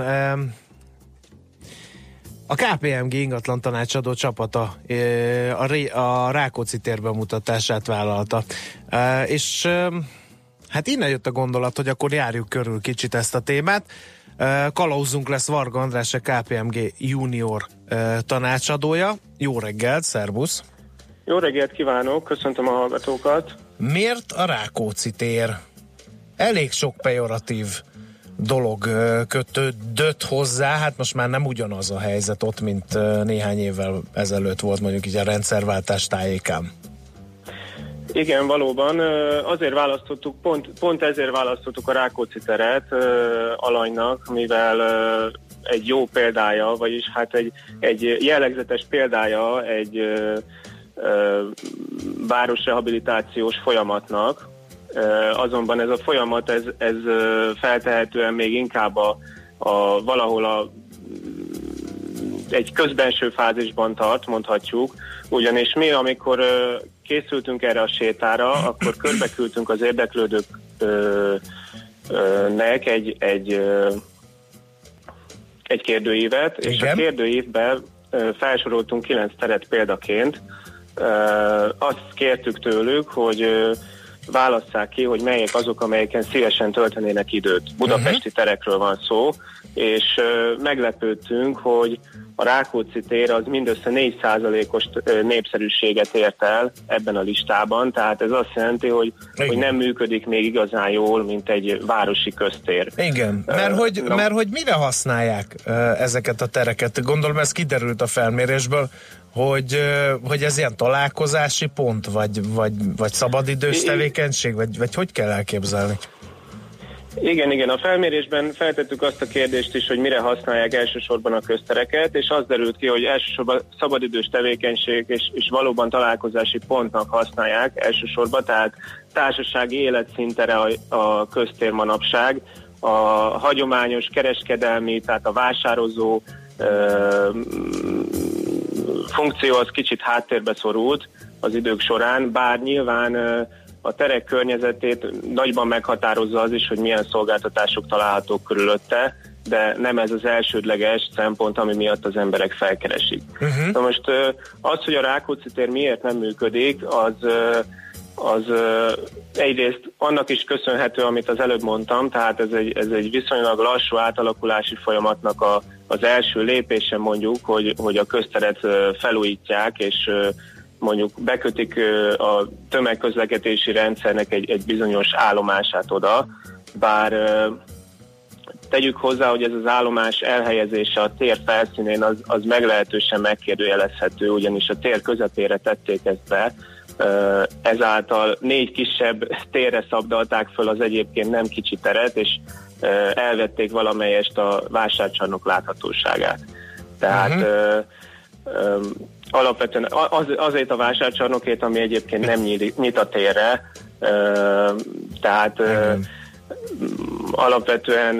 a ká pé em gé ingatlan tanácsadó csapata a Rákóczi tér bemutatását vállalta. És hát innen jött a gondolat, hogy akkor járjuk körül kicsit ezt a témát. Kalauzunk lesz Varga András, a ká pé em gé junior tanácsadója. Jó reggelt, szervusz! Jó reggelt kívánok, köszöntöm a hallgatókat! Miért a Rákóczi tér? Elég sok pejoratív dolog kötődött hozzá, hát most már nem ugyanaz a helyzet ott, mint néhány évvel ezelőtt volt, mondjuk így a rendszerváltás tájékán. Igen, valóban. Azért választottuk, pont, pont ezért választottuk a Rákóczi teret alanynak, mivel egy jó példája, vagyis hát egy, egy jellegzetes példája egy városrehabilitációs folyamatnak, azonban ez a folyamat, ez, ez feltehetően még inkább a, a valahol a, egy közbenső fázisban tart, mondhatjuk, ugyanis mi, amikor készültünk erre a sétára, akkor körbeküldtünk az érdeklődőknek egy, egy, egy kérdőívet, igen. És a kérdőívben felsoroltunk kilenc teret példaként. Azt kértük tőlük, hogy válasszák ki, hogy melyek azok, amelyeken szívesen töltenének időt. Budapesti terekről van szó, és meglepődtünk, hogy a Rákóczi tér az mindössze négy százalékos népszerűséget ért el ebben a listában, tehát ez azt jelenti, hogy, hogy nem működik még igazán jól, mint egy városi köztér. Igen, mert hogy, uh, mert hogy mire használják uh, ezeket a tereket? Gondolom ez kiderült a felmérésből, hogy, uh, hogy ez ilyen találkozási pont, vagy, vagy, vagy szabadidős tevékenység, vagy, vagy hogy kell elképzelni? Igen, igen, a felmérésben feltettük azt a kérdést is, hogy mire használják elsősorban a köztereket, és az derült ki, hogy elsősorban szabadidős tevékenység és, és valóban találkozási pontnak használják elsősorban, tehát társasági életszintere a, a köztér manapság, a hagyományos kereskedelmi, tehát a vásározó ö, funkció az kicsit háttérbe szorult az idők során, bár nyilván ö, a terek környezetét nagyban meghatározza az is, hogy milyen szolgáltatások találhatók körülötte, de nem ez az elsődleges szempont, ami miatt az emberek felkeresik. Uh-huh. Na most az, hogy a Rákóczi tér miért nem működik, az, az egyrészt annak is köszönhető, amit az előbb mondtam, tehát ez egy, ez egy viszonylag lassú átalakulási folyamatnak a, az első lépése mondjuk, hogy, hogy a közteret felújítják, és mondjuk bekötik a tömegközlekedési rendszernek egy, egy bizonyos állomását oda, bár tegyük hozzá, hogy ez az állomás elhelyezése a tér felszínén az, az meglehetősen megkérdőjelezhető, ugyanis a tér közepére tették ezt be, ezáltal négy kisebb térre szabdalták föl az egyébként nem kicsi teret, és elvették valamelyest a vásárcsarnok láthatóságát. Tehát uh-huh. alapvetően az, azért a vásárcsarnokét, ami egyébként nem nyit, nyit a térre, tehát uh-huh. alapvetően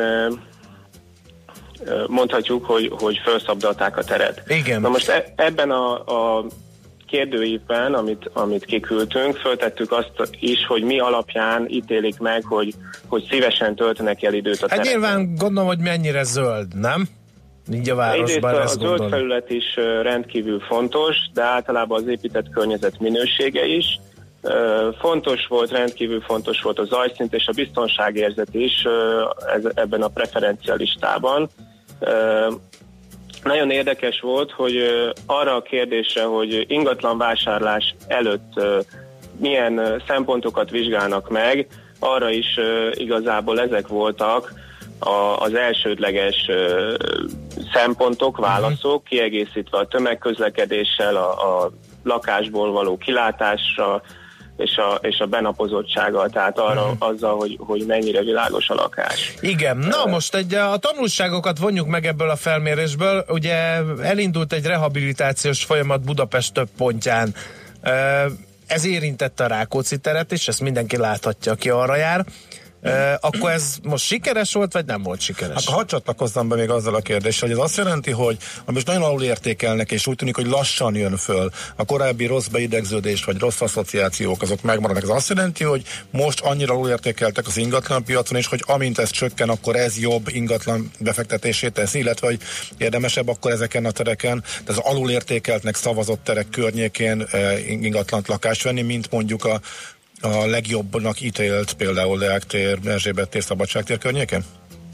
mondhatjuk, hogy, hogy felszabdalták a teret. Igen. Na most e, ebben a, a kérdőívben, amit, amit kiküldtünk, föltettük azt is, hogy mi alapján ítélik meg, hogy, hogy szívesen töltenek el időt a tereken. Hát nyilván gondolom, hogy mennyire zöld, nem? Így a városban a, a zöld gondolom. Felület is rendkívül fontos, de általában az épített környezet minősége is. Fontos volt, rendkívül fontos volt a zajszint és a biztonságérzet is ebben a preferencialistában. Nagyon érdekes volt, hogy arra a kérdésre, hogy ingatlan vásárlás előtt milyen szempontokat vizsgálnak meg, arra is igazából ezek voltak az elsődleges szempontok, válaszok, kiegészítve a tömegközlekedéssel, a, a lakásból való kilátásra, és a, és a benapozottsággal, tehát arra, hmm. azzal, hogy, hogy mennyire világos a lakás. Igen, na most egy, a tanulságokat vonjuk meg ebből a felmérésből. Ugye elindult egy rehabilitációs folyamat Budapest több pontján. Ez érintette a Rákóczi teret, és ezt mindenki láthatja, aki arra jár. Uh, akkor ez most sikeres volt, vagy nem volt sikeres? Akkor hadd csatlakozzam be még azzal a kérdéssel, hogy ez azt jelenti, hogy most nagyon alul értékelnek, és úgy tűnik, hogy lassan jön föl a korábbi rossz beidegződés, vagy rossz asszociációk, azok megmaradnak. Ez azt jelenti, hogy most annyira alul értékeltek az ingatlan piacon, és hogy amint ez csökken, akkor ez jobb ingatlan befektetését teszi, illetve hogy érdemesebb akkor ezeken a tereken, de az alul értékeltnek szavazott terek környékén eh, ingatlant lakást venni, mint mondjuk a a legjobbnak ítélt például Deák tér, Erzsébet tér, Szabadságtér környéken?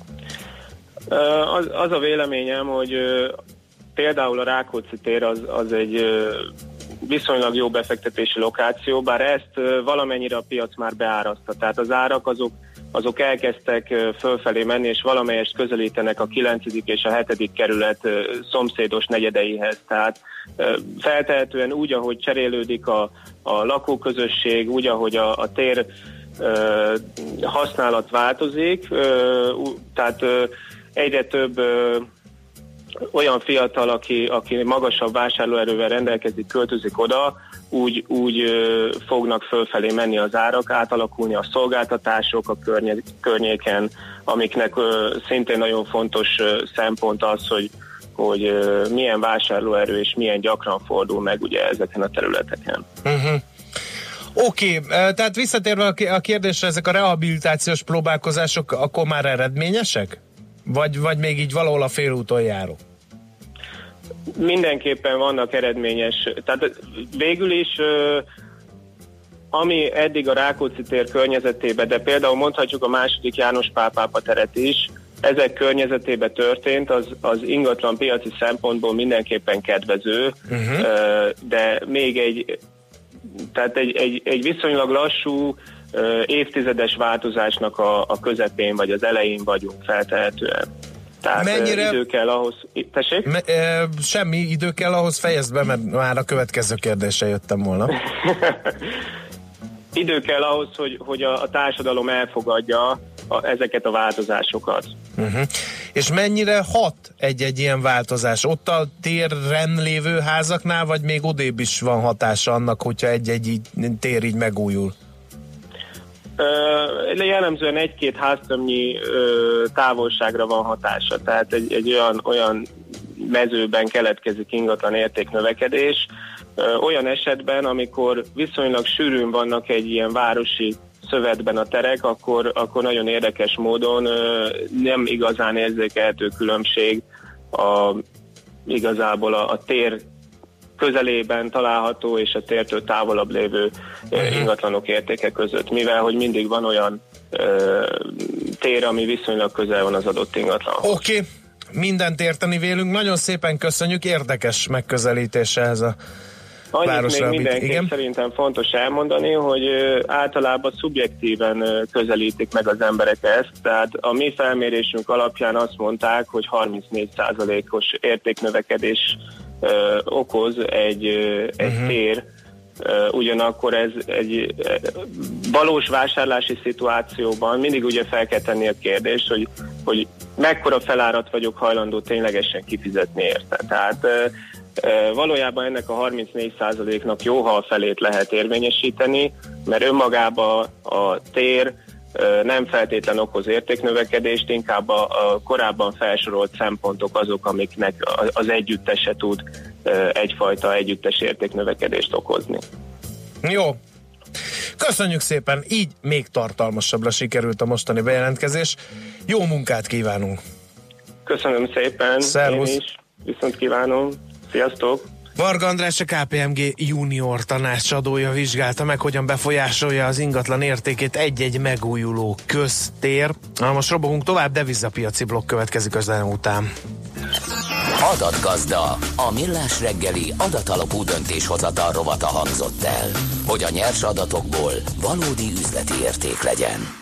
Az, az a véleményem, hogy például a Rákóczi tér az, az egy viszonylag jó befektetési lokáció, bár ezt valamennyire a piac már beáraszta. Tehát az árak azok, azok elkezdtek fölfelé menni, és valamelyest közelítenek a kilencedik és a hetedik kerület szomszédos negyedeihez. Tehát feltehetően úgy, ahogy cserélődik a, a lakóközösség, úgy, ahogy a, a tér ö, használat változik, ö, tehát ö, egyre több ö, olyan fiatal, aki, aki magasabb vásárlóerővel rendelkezik, költözik oda, úgy, úgy ö, fognak fölfelé menni az árak, átalakulni a szolgáltatások a környé- környéken, amiknek ö, szintén nagyon fontos ö, szempont az, hogy, hogy ö, milyen vásárlóerő és milyen gyakran fordul meg ugye ezeken a területeken. Uh-huh. Oké, okay, tehát visszatérve a kérdésre, ezek a rehabilitációs próbálkozások akkor már eredményesek? Vagy, vagy még így valahol a félúton járó? Mindenképpen vannak eredményes, tehát végül is ami eddig a Rákóczi tér környezetében, de például mondhatjuk a második János Pál pápa teret is, ezek környezetében történt, az, az ingatlan piaci szempontból mindenképpen kedvező, uh-huh. de még egy, tehát egy, egy, egy viszonylag lassú évtizedes változásnak a, a közepén vagy az elején vagyunk feltehetően. Tehát mennyire... idő kell ahhoz... Tessék? Me, e, semmi idő kell ahhoz, fejezd be, mert már a következő kérdésre jöttem volna. Idő kell ahhoz, hogy, hogy a, a társadalom elfogadja a, ezeket a változásokat. Uh-huh. És mennyire hat egy-egy ilyen változás? Ott a téren lévő házaknál, vagy még odébb is van hatása annak, hogyha egy-egy így, tér így megújul? Uh, jellemzően egy-két háztömnyi uh, távolságra van hatása, tehát egy, egy olyan, olyan mezőben keletkezik ingatlan értéknövekedés, uh, olyan esetben, amikor viszonylag sűrűn vannak egy ilyen városi szövetben a terek, akkor, akkor nagyon érdekes módon uh, nem igazán érzékelhető különbség a, igazából a, a tér közelében található és a tértől távolabb lévő uh, ingatlanok értéke között, mivel hogy mindig van olyan uh, tér, ami viszonylag közel van az adott ingatlanhoz. Oké, okay. Mindent érteni vélünk, nagyon szépen köszönjük, érdekes megközelítése ez a Annyit még mindenképp igen? Szerintem fontos elmondani, hogy uh, általában szubjektíven uh, közelítik meg az emberek ezt, tehát a mi felmérésünk alapján azt mondták, hogy harmincnégy százalékos értéknövekedés uh, okoz egy, uh, egy uh-huh. tér, uh, ugyanakkor ez egy uh, valós vásárlási szituációban mindig ugye fel kell tenni a kérdést, hogy, hogy mekkora felárat vagyok hajlandó ténylegesen kifizetni érte. Tehát uh, valójában ennek a harmincnégy százaléknak jó, ha a felét lehet érvényesíteni, mert önmagában a tér nem feltétlen okoz értéknövekedést, inkább a, a korábban felsorolt szempontok azok, amiknek az együttese tud egyfajta együttes értéknövekedést okozni. Jó. Köszönjük szépen, így még tartalmasabbra sikerült a mostani bejelentkezés. Jó munkát kívánunk! Köszönöm szépen! Szervusz! Én is viszont kívánom! Sziasztok! Varga András, a ká pé em gé junior tanácsadója vizsgálta meg, hogyan befolyásolja az ingatlan értékét egy-egy megújuló köztér. Na, most robogunk tovább, devizapiaci blokk következik közben után. Adatgazda, a millás reggeli adatalapú döntéshozatal rovata hangzott el, hogy a nyers adatokból valódi üzleti érték legyen.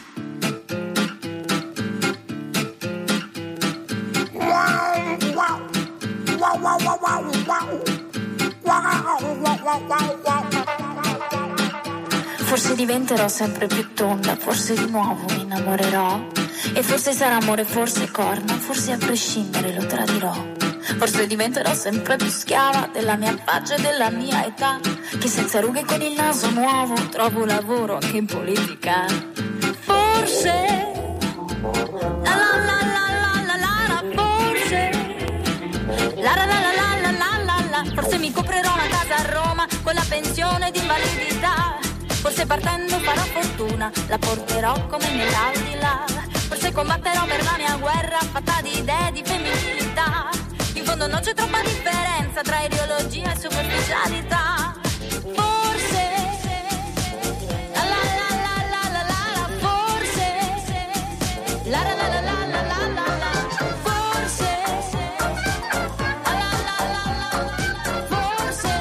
Forse diventerò sempre più tonda, forse di nuovo mi innamorerò. E forse sarà amore, forse corna, forse a prescindere lo tradirò. Forse diventerò sempre più schiava della mia faccia e della mia età. Che senza rughe e con il naso nuovo trovo lavoro anche in politica. Forse la la la la la la la la forse la la la la la la la la la forse mi comprerò una casa a Roma con la pensione di invalidità. Forse partendo farò fortuna, la porterò come nell'aldilà. Forse combatterò per la mia guerra fatta di idee di femminilità. In fondo non c'è troppa differenza tra ideologia e superficialità. Forse la la la la la la la la forse la la la la la la la la la forse la la la la la forse.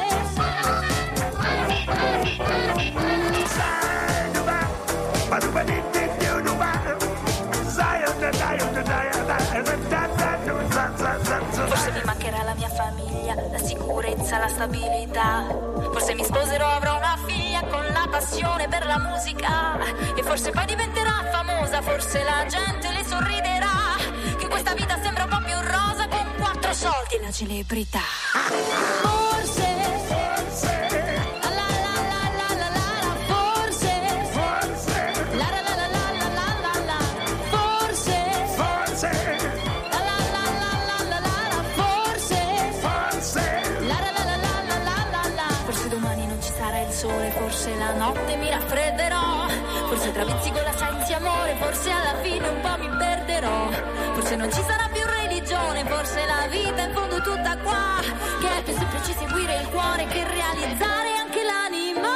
Forse mi mancherà la mia famiglia, la sicurezza, la stabilità. Forse mi sposerò, avrò una figlia con la passione per la musica. E forse poi diventerà famosa, forse la gente le sorriderà. Che questa vita sembra un po' più rosa con quattro soldi la celebrità. Forse, forse, la la la la la la la, forse, forse, la la la la la la la la, forse, forse, la la la la la la la, forse, forse, la la la la la la la la. Forse domani non ci sarà il sole, forse la notte mi raffredderò, forse tra vizi con la senza amore, forse alla fine un po' mi perderò, forse non ci sarà più religione, forse la vita in fondo è tutta qua, che è più semplice seguire il cuore che realizzare anche l'anima.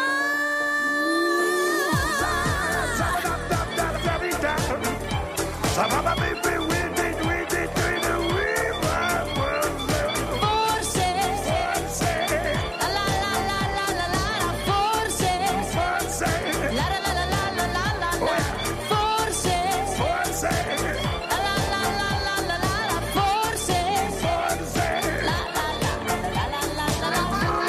Forse, forse, la la la la la la la, forse, forse, la la la la la la la la, forse, forse, la la la la la la la, forse, forse, la la la la la la la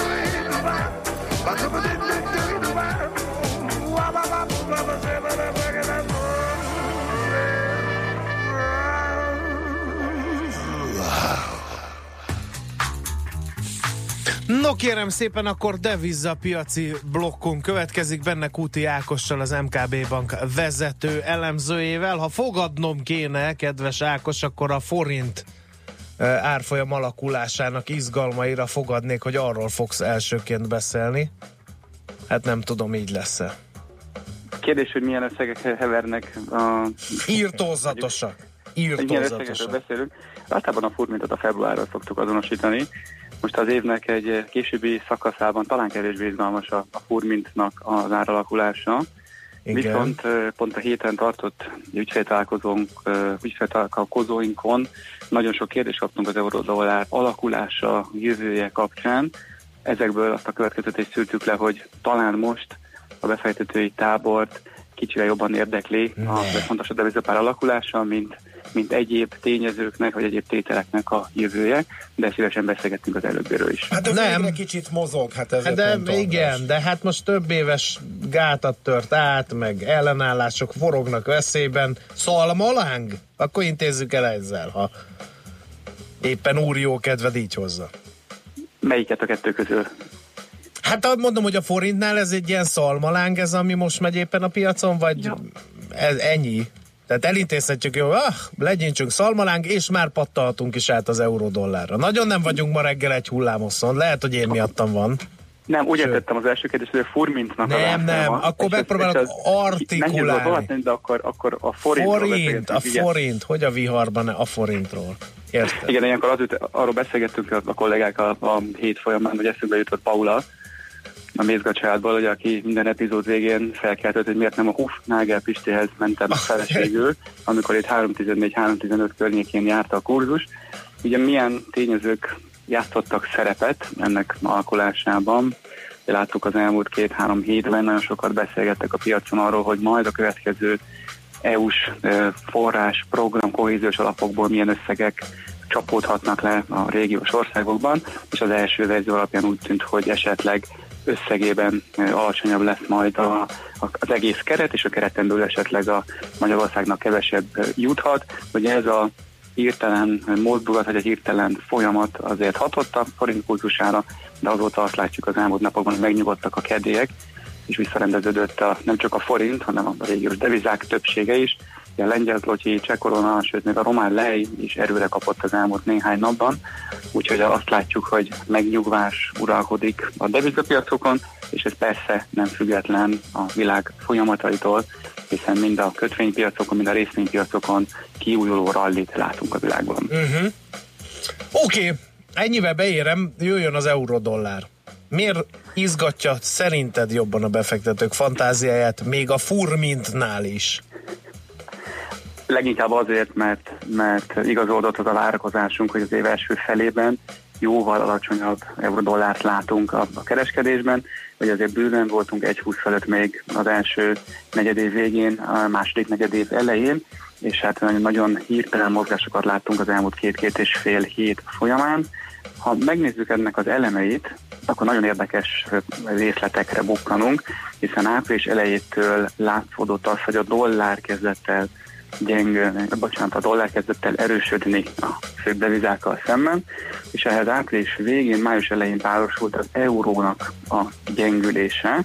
No kérem szépen, akkor devizapiaci blokkunk következik, benne Kúti Ákossal, az em ká bé Bank vezető elemzőjével. Ha fogadnom kéne, kedves Ákos, akkor a forint árfolyam alakulásának izgalmaira fogadnék, hogy arról fogsz elsőként beszélni. Hát nem tudom, így lesz-e. Kérdés, hogy milyen összegek hevernek a... Írtózatosak. Írtózatosak. beszélünk. Általában a formintot a februárra szoktuk azonosítani. Most az évnek egy későbbi szakaszában talán kevésbé izgalmas a, a forintnak az áralakulása. Igen. Viszont pont a héten tartott ügyféltalálkozónk, ügyféltalálkozóinkon nagyon sok kérdést kaptunk az euró-dollár alakulása jövője kapcsán. Ezekből azt a következtetést szűrtük le, hogy talán most a befektetői tábort kicsire jobban érdekli a legfontosabb devizapár alakulása, mint, mint egyéb tényezőknek, vagy egyéb tételeknek a jövője, de szívesen beszélgettünk az előbbéről is. Hát ez nem kicsit mozog, hát ez hát de igen, de hát most több éves gátat tört át, meg ellenállások forognak veszélyben. Szalmaláng? Akkor intézzük el ezzel, ha éppen úr jó kedved így hozza. Melyiket a kettő közül? Hát mondom, hogy a forintnál ez egy ilyen szalmaláng, ez ami most megy éppen a piacon, vagy ja. ez ennyi? Tehát elintézhetjük, jó, ah, legyintsünk szalmaláng, és már pattalhatunk is át az euró-dollárra. Nagyon nem vagyunk ma reggel egy hullámoszon, lehet, hogy én miattam van. Nem, úgy értettem az első kérdés, hogy a forintnak nem, a Nem, nem, van, akkor megpróbálok artikulálni. Nem, de akkor, akkor a forint. Forint, a forint, ugye? Hogy a viharban a forintról. Érted? Igen, ilyenkor az, arról beszélgettünk a, a kollégákkal a, a hét folyamán, hogy eszünkbe jutott Paula, a Mézga családból, hogy aki minden epizód végén felkeltett, hogy miért nem a Huf Nágel Pistihez mentem feleségül, amikor itt három tizennégy három tizenöt környékén járta a kurzus. Ugye milyen tényezők játszottak szerepet ennek alakulásában. Láttuk az elmúlt két-három hétben, nagyon sokat beszélgettek a piacon arról, hogy majd a következő é u-s forrás, program, kohéziós alapokból milyen összegek csapódhatnak le a régiós országokban, és az első verzió alapján úgy tűnt, hogy esetleg összegében alacsonyabb lesz majd a, a, az egész keret, és a kereten belül esetleg a Magyarországnak kevesebb juthat. Ugye ez a hirtelen mozdulat, vagy egy hirtelen folyamat azért hatott a forint kurzusára, de azóta azt látjuk az elmúlt napokban, hogy megnyugodtak a kedélyek, és visszarendeződött a, nem csak a forint, hanem a régiós devizák többsége is. A lengyel zloty, cseh korona, sőt még a román lej is erőre kapott az elmúlt néhány napban, úgyhogy azt látjuk, hogy megnyugvás uralkodik a devizapiacokon, és ez persze nem független a világ folyamataitól, hiszen mind a kötvénypiacokon, mind a részvénypiacokon kiújuló rallit látunk a világban. Uh-huh. Oké, okay. Ennyivel beérem, jöjjön az euró-dollár. Miért izgatja szerinted jobban a befektetők fantáziáját, még a furmintnál is? Leginkább azért, mert, mert igazolódott az a várakozásunk, hogy az év első felében jóval alacsonyabb euró-dollárt látunk a, a kereskedésben, hogy azért bőven voltunk egy húsz fölött még az első negyedév végén, a második negyedév elején, és hát nagyon hirtelen mozgásokat láttunk az elmúlt két-két és fél hét folyamán. Ha megnézzük ennek az elemeit, akkor nagyon érdekes részletekre bukkanunk, hiszen április elejétől látszódott az, hogy a dollár kezdett el gyengülni, bocsánat, a dollár kezdett el erősödni a főbb devizákkal szemben, és ehhez április végén, május elején párosult az eurónak a gyengülése.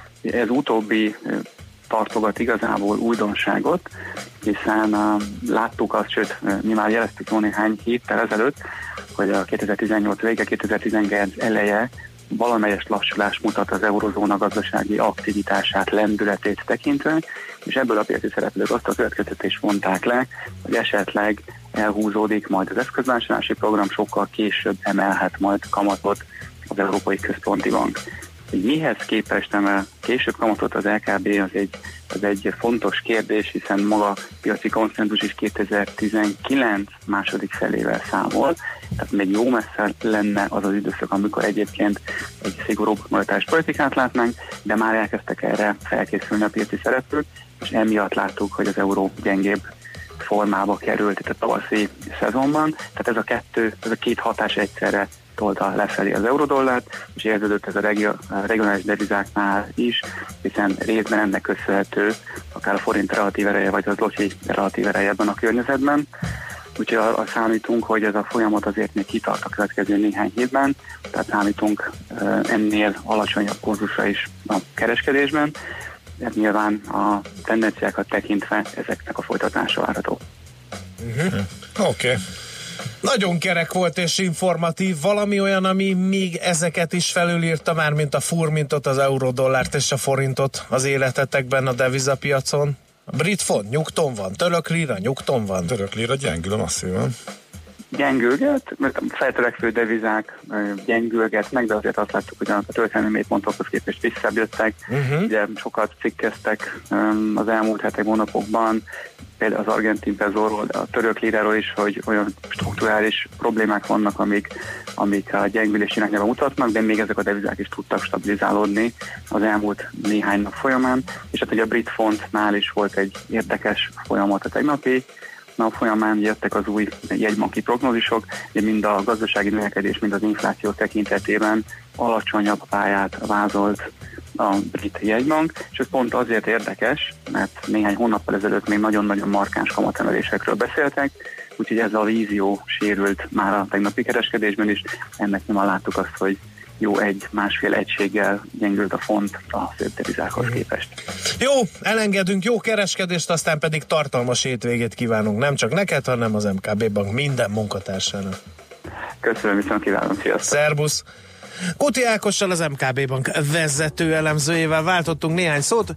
Ez utóbbi tartogat igazából újdonságot, hiszen uh, láttuk azt, sőt, uh, mi már jeleztük jó néhány héttel ezelőtt, hogy a kétezer-tizennyolc vége, kétezer-tizenkilenc eleje valamelyes lassulás mutat az eurozóna gazdasági aktivitását, lendületét tekintve, és ebből a piaci szereplők azt a következtetést vonták le, hogy esetleg elhúzódik majd az eszközvásárlási program, sokkal később emelhet majd kamatot az Európai Központi Bank. Hogy mihez képest emel később kamatot az el ká bé, az egy, az egy fontos kérdés, hiszen maga piaci konszenzus is kétezer-tizenkilenc második felével számol, tehát még jó messze lenne az az időszak, amikor egyébként egy szigorúbb monetáris politikát látnánk, de már elkezdtek erre felkészülni a piaci szereplők, és emiatt láttuk, hogy az euró gyengébb formába került itt a tavaszi szezonban, tehát ez a kettő, ez a két hatás egyszerre tolta lefelé az eurodollárt, és érződött ez a regio- regionális devizáknál is, hiszen részben ennek köszönhető akár a forint relatív ereje, vagy az zloty relatív ereje ebben a környezetben. Úgyhogy arra számítunk, hogy ez a folyamat azért még kitart a következő néhány hétben, tehát számítunk ennél alacsonyabb kurzusra is a kereskedésben. Ez nyilván a tendenciákat tekintve ezeknek a folytatása várható. Uh-huh. Oké. Okay. Nagyon kerek volt és informatív. Valami olyan, ami még ezeket is felülírta már, mint a furmintot, az eurodollárt és a forintot az életetekben a devizapiacon? A brit font nyugton van, török lira nyugton van. Török lira gyengül masszívan. Gyengülget, mert a feltörekvő devizák gyengülgetnek, de azért azt láttuk, hogy a történelmi mélypontokhoz képest visszajöttek. Uh-huh. Ugye sokat cikkeztek az elmúlt hetek, hónapokban, például az argentin pezóról, a török liráról is, hogy olyan strukturális problémák vannak, amik, amik a gyengülés irányába mutatnak, de még ezek a devizák is tudtak stabilizálódni az elmúlt néhány nap folyamán, és hát ugye a brit fontnál is volt egy érdekes folyamat a tegnapi nap folyamán, jöttek az új jegybanki prognózisok, de mind a gazdasági növekedés, mind az infláció tekintetében alacsonyabb pályát vázolt a brit jegybank, és ez pont azért érdekes, mert néhány hónappal ezelőtt még nagyon-nagyon markáns kamatemelésekről beszéltek, úgyhogy ez a vízió sérült már a tegnapi kereskedésben is, ennek nem láttuk azt, hogy jó egy-másfél egységgel gyengült a font a főbb devizákhoz képest. Jó, elengedünk, jó kereskedést, aztán pedig tartalmas hétvégét kívánunk, nem csak neked, hanem az em ká bé Bank minden munkatársának. Köszönöm, viszont kívánom, sziasztok! Szerbusz! Kuti Ákossal, az em ká bé Bank vezető elemzőjével váltottunk néhány szót,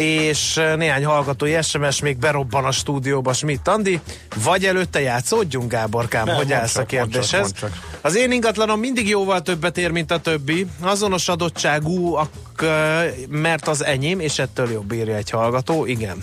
és néhány hallgatói es em es még berobban a stúdióba. Schmidt Andi, vagy előtte játszódjunk, Gáborkám, nem, hogy állsz a kérdéshez? Csak, csak. Az én ingatlanom mindig jóval többet ér, mint a többi. Azonos adottságú, mert az enyém, és ettől jobb, írja egy hallgató. Igen.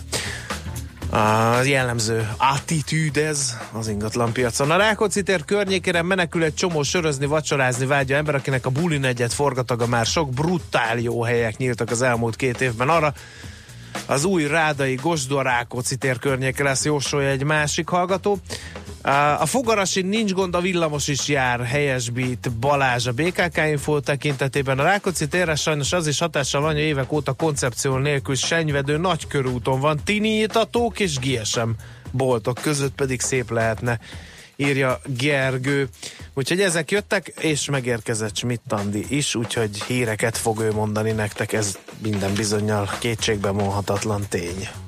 Az jellemző attitűd ez az ingatlanpiacon. A Rákóczi tér környékére menekül egy csomó sörözni, vacsorázni vágyó ember, akinek a buli negyed forgataga már sok brutál jó helyek nyíltak az elmúlt két évben. Arra az új rádai Gosdó Rákóczi tér környéke lesz, jósolja egy másik hallgató. A Fogarasin nincs gond, a villamos is jár, helyesbít Balázs a bé ká ká Info tekintetében. A Rákóczi térre sajnos az is hatással van, hogy évek óta koncepció nélkül senyvedő nagykörúton van, tiniítatók és gé es em boltok között pedig szép lehetne, írja Gergő. Úgyhogy ezek jöttek, és megérkezett Schmidt Andi is, úgyhogy híreket fog ő mondani nektek, ez minden bizonnyal kétségbe vonhatatlan tény.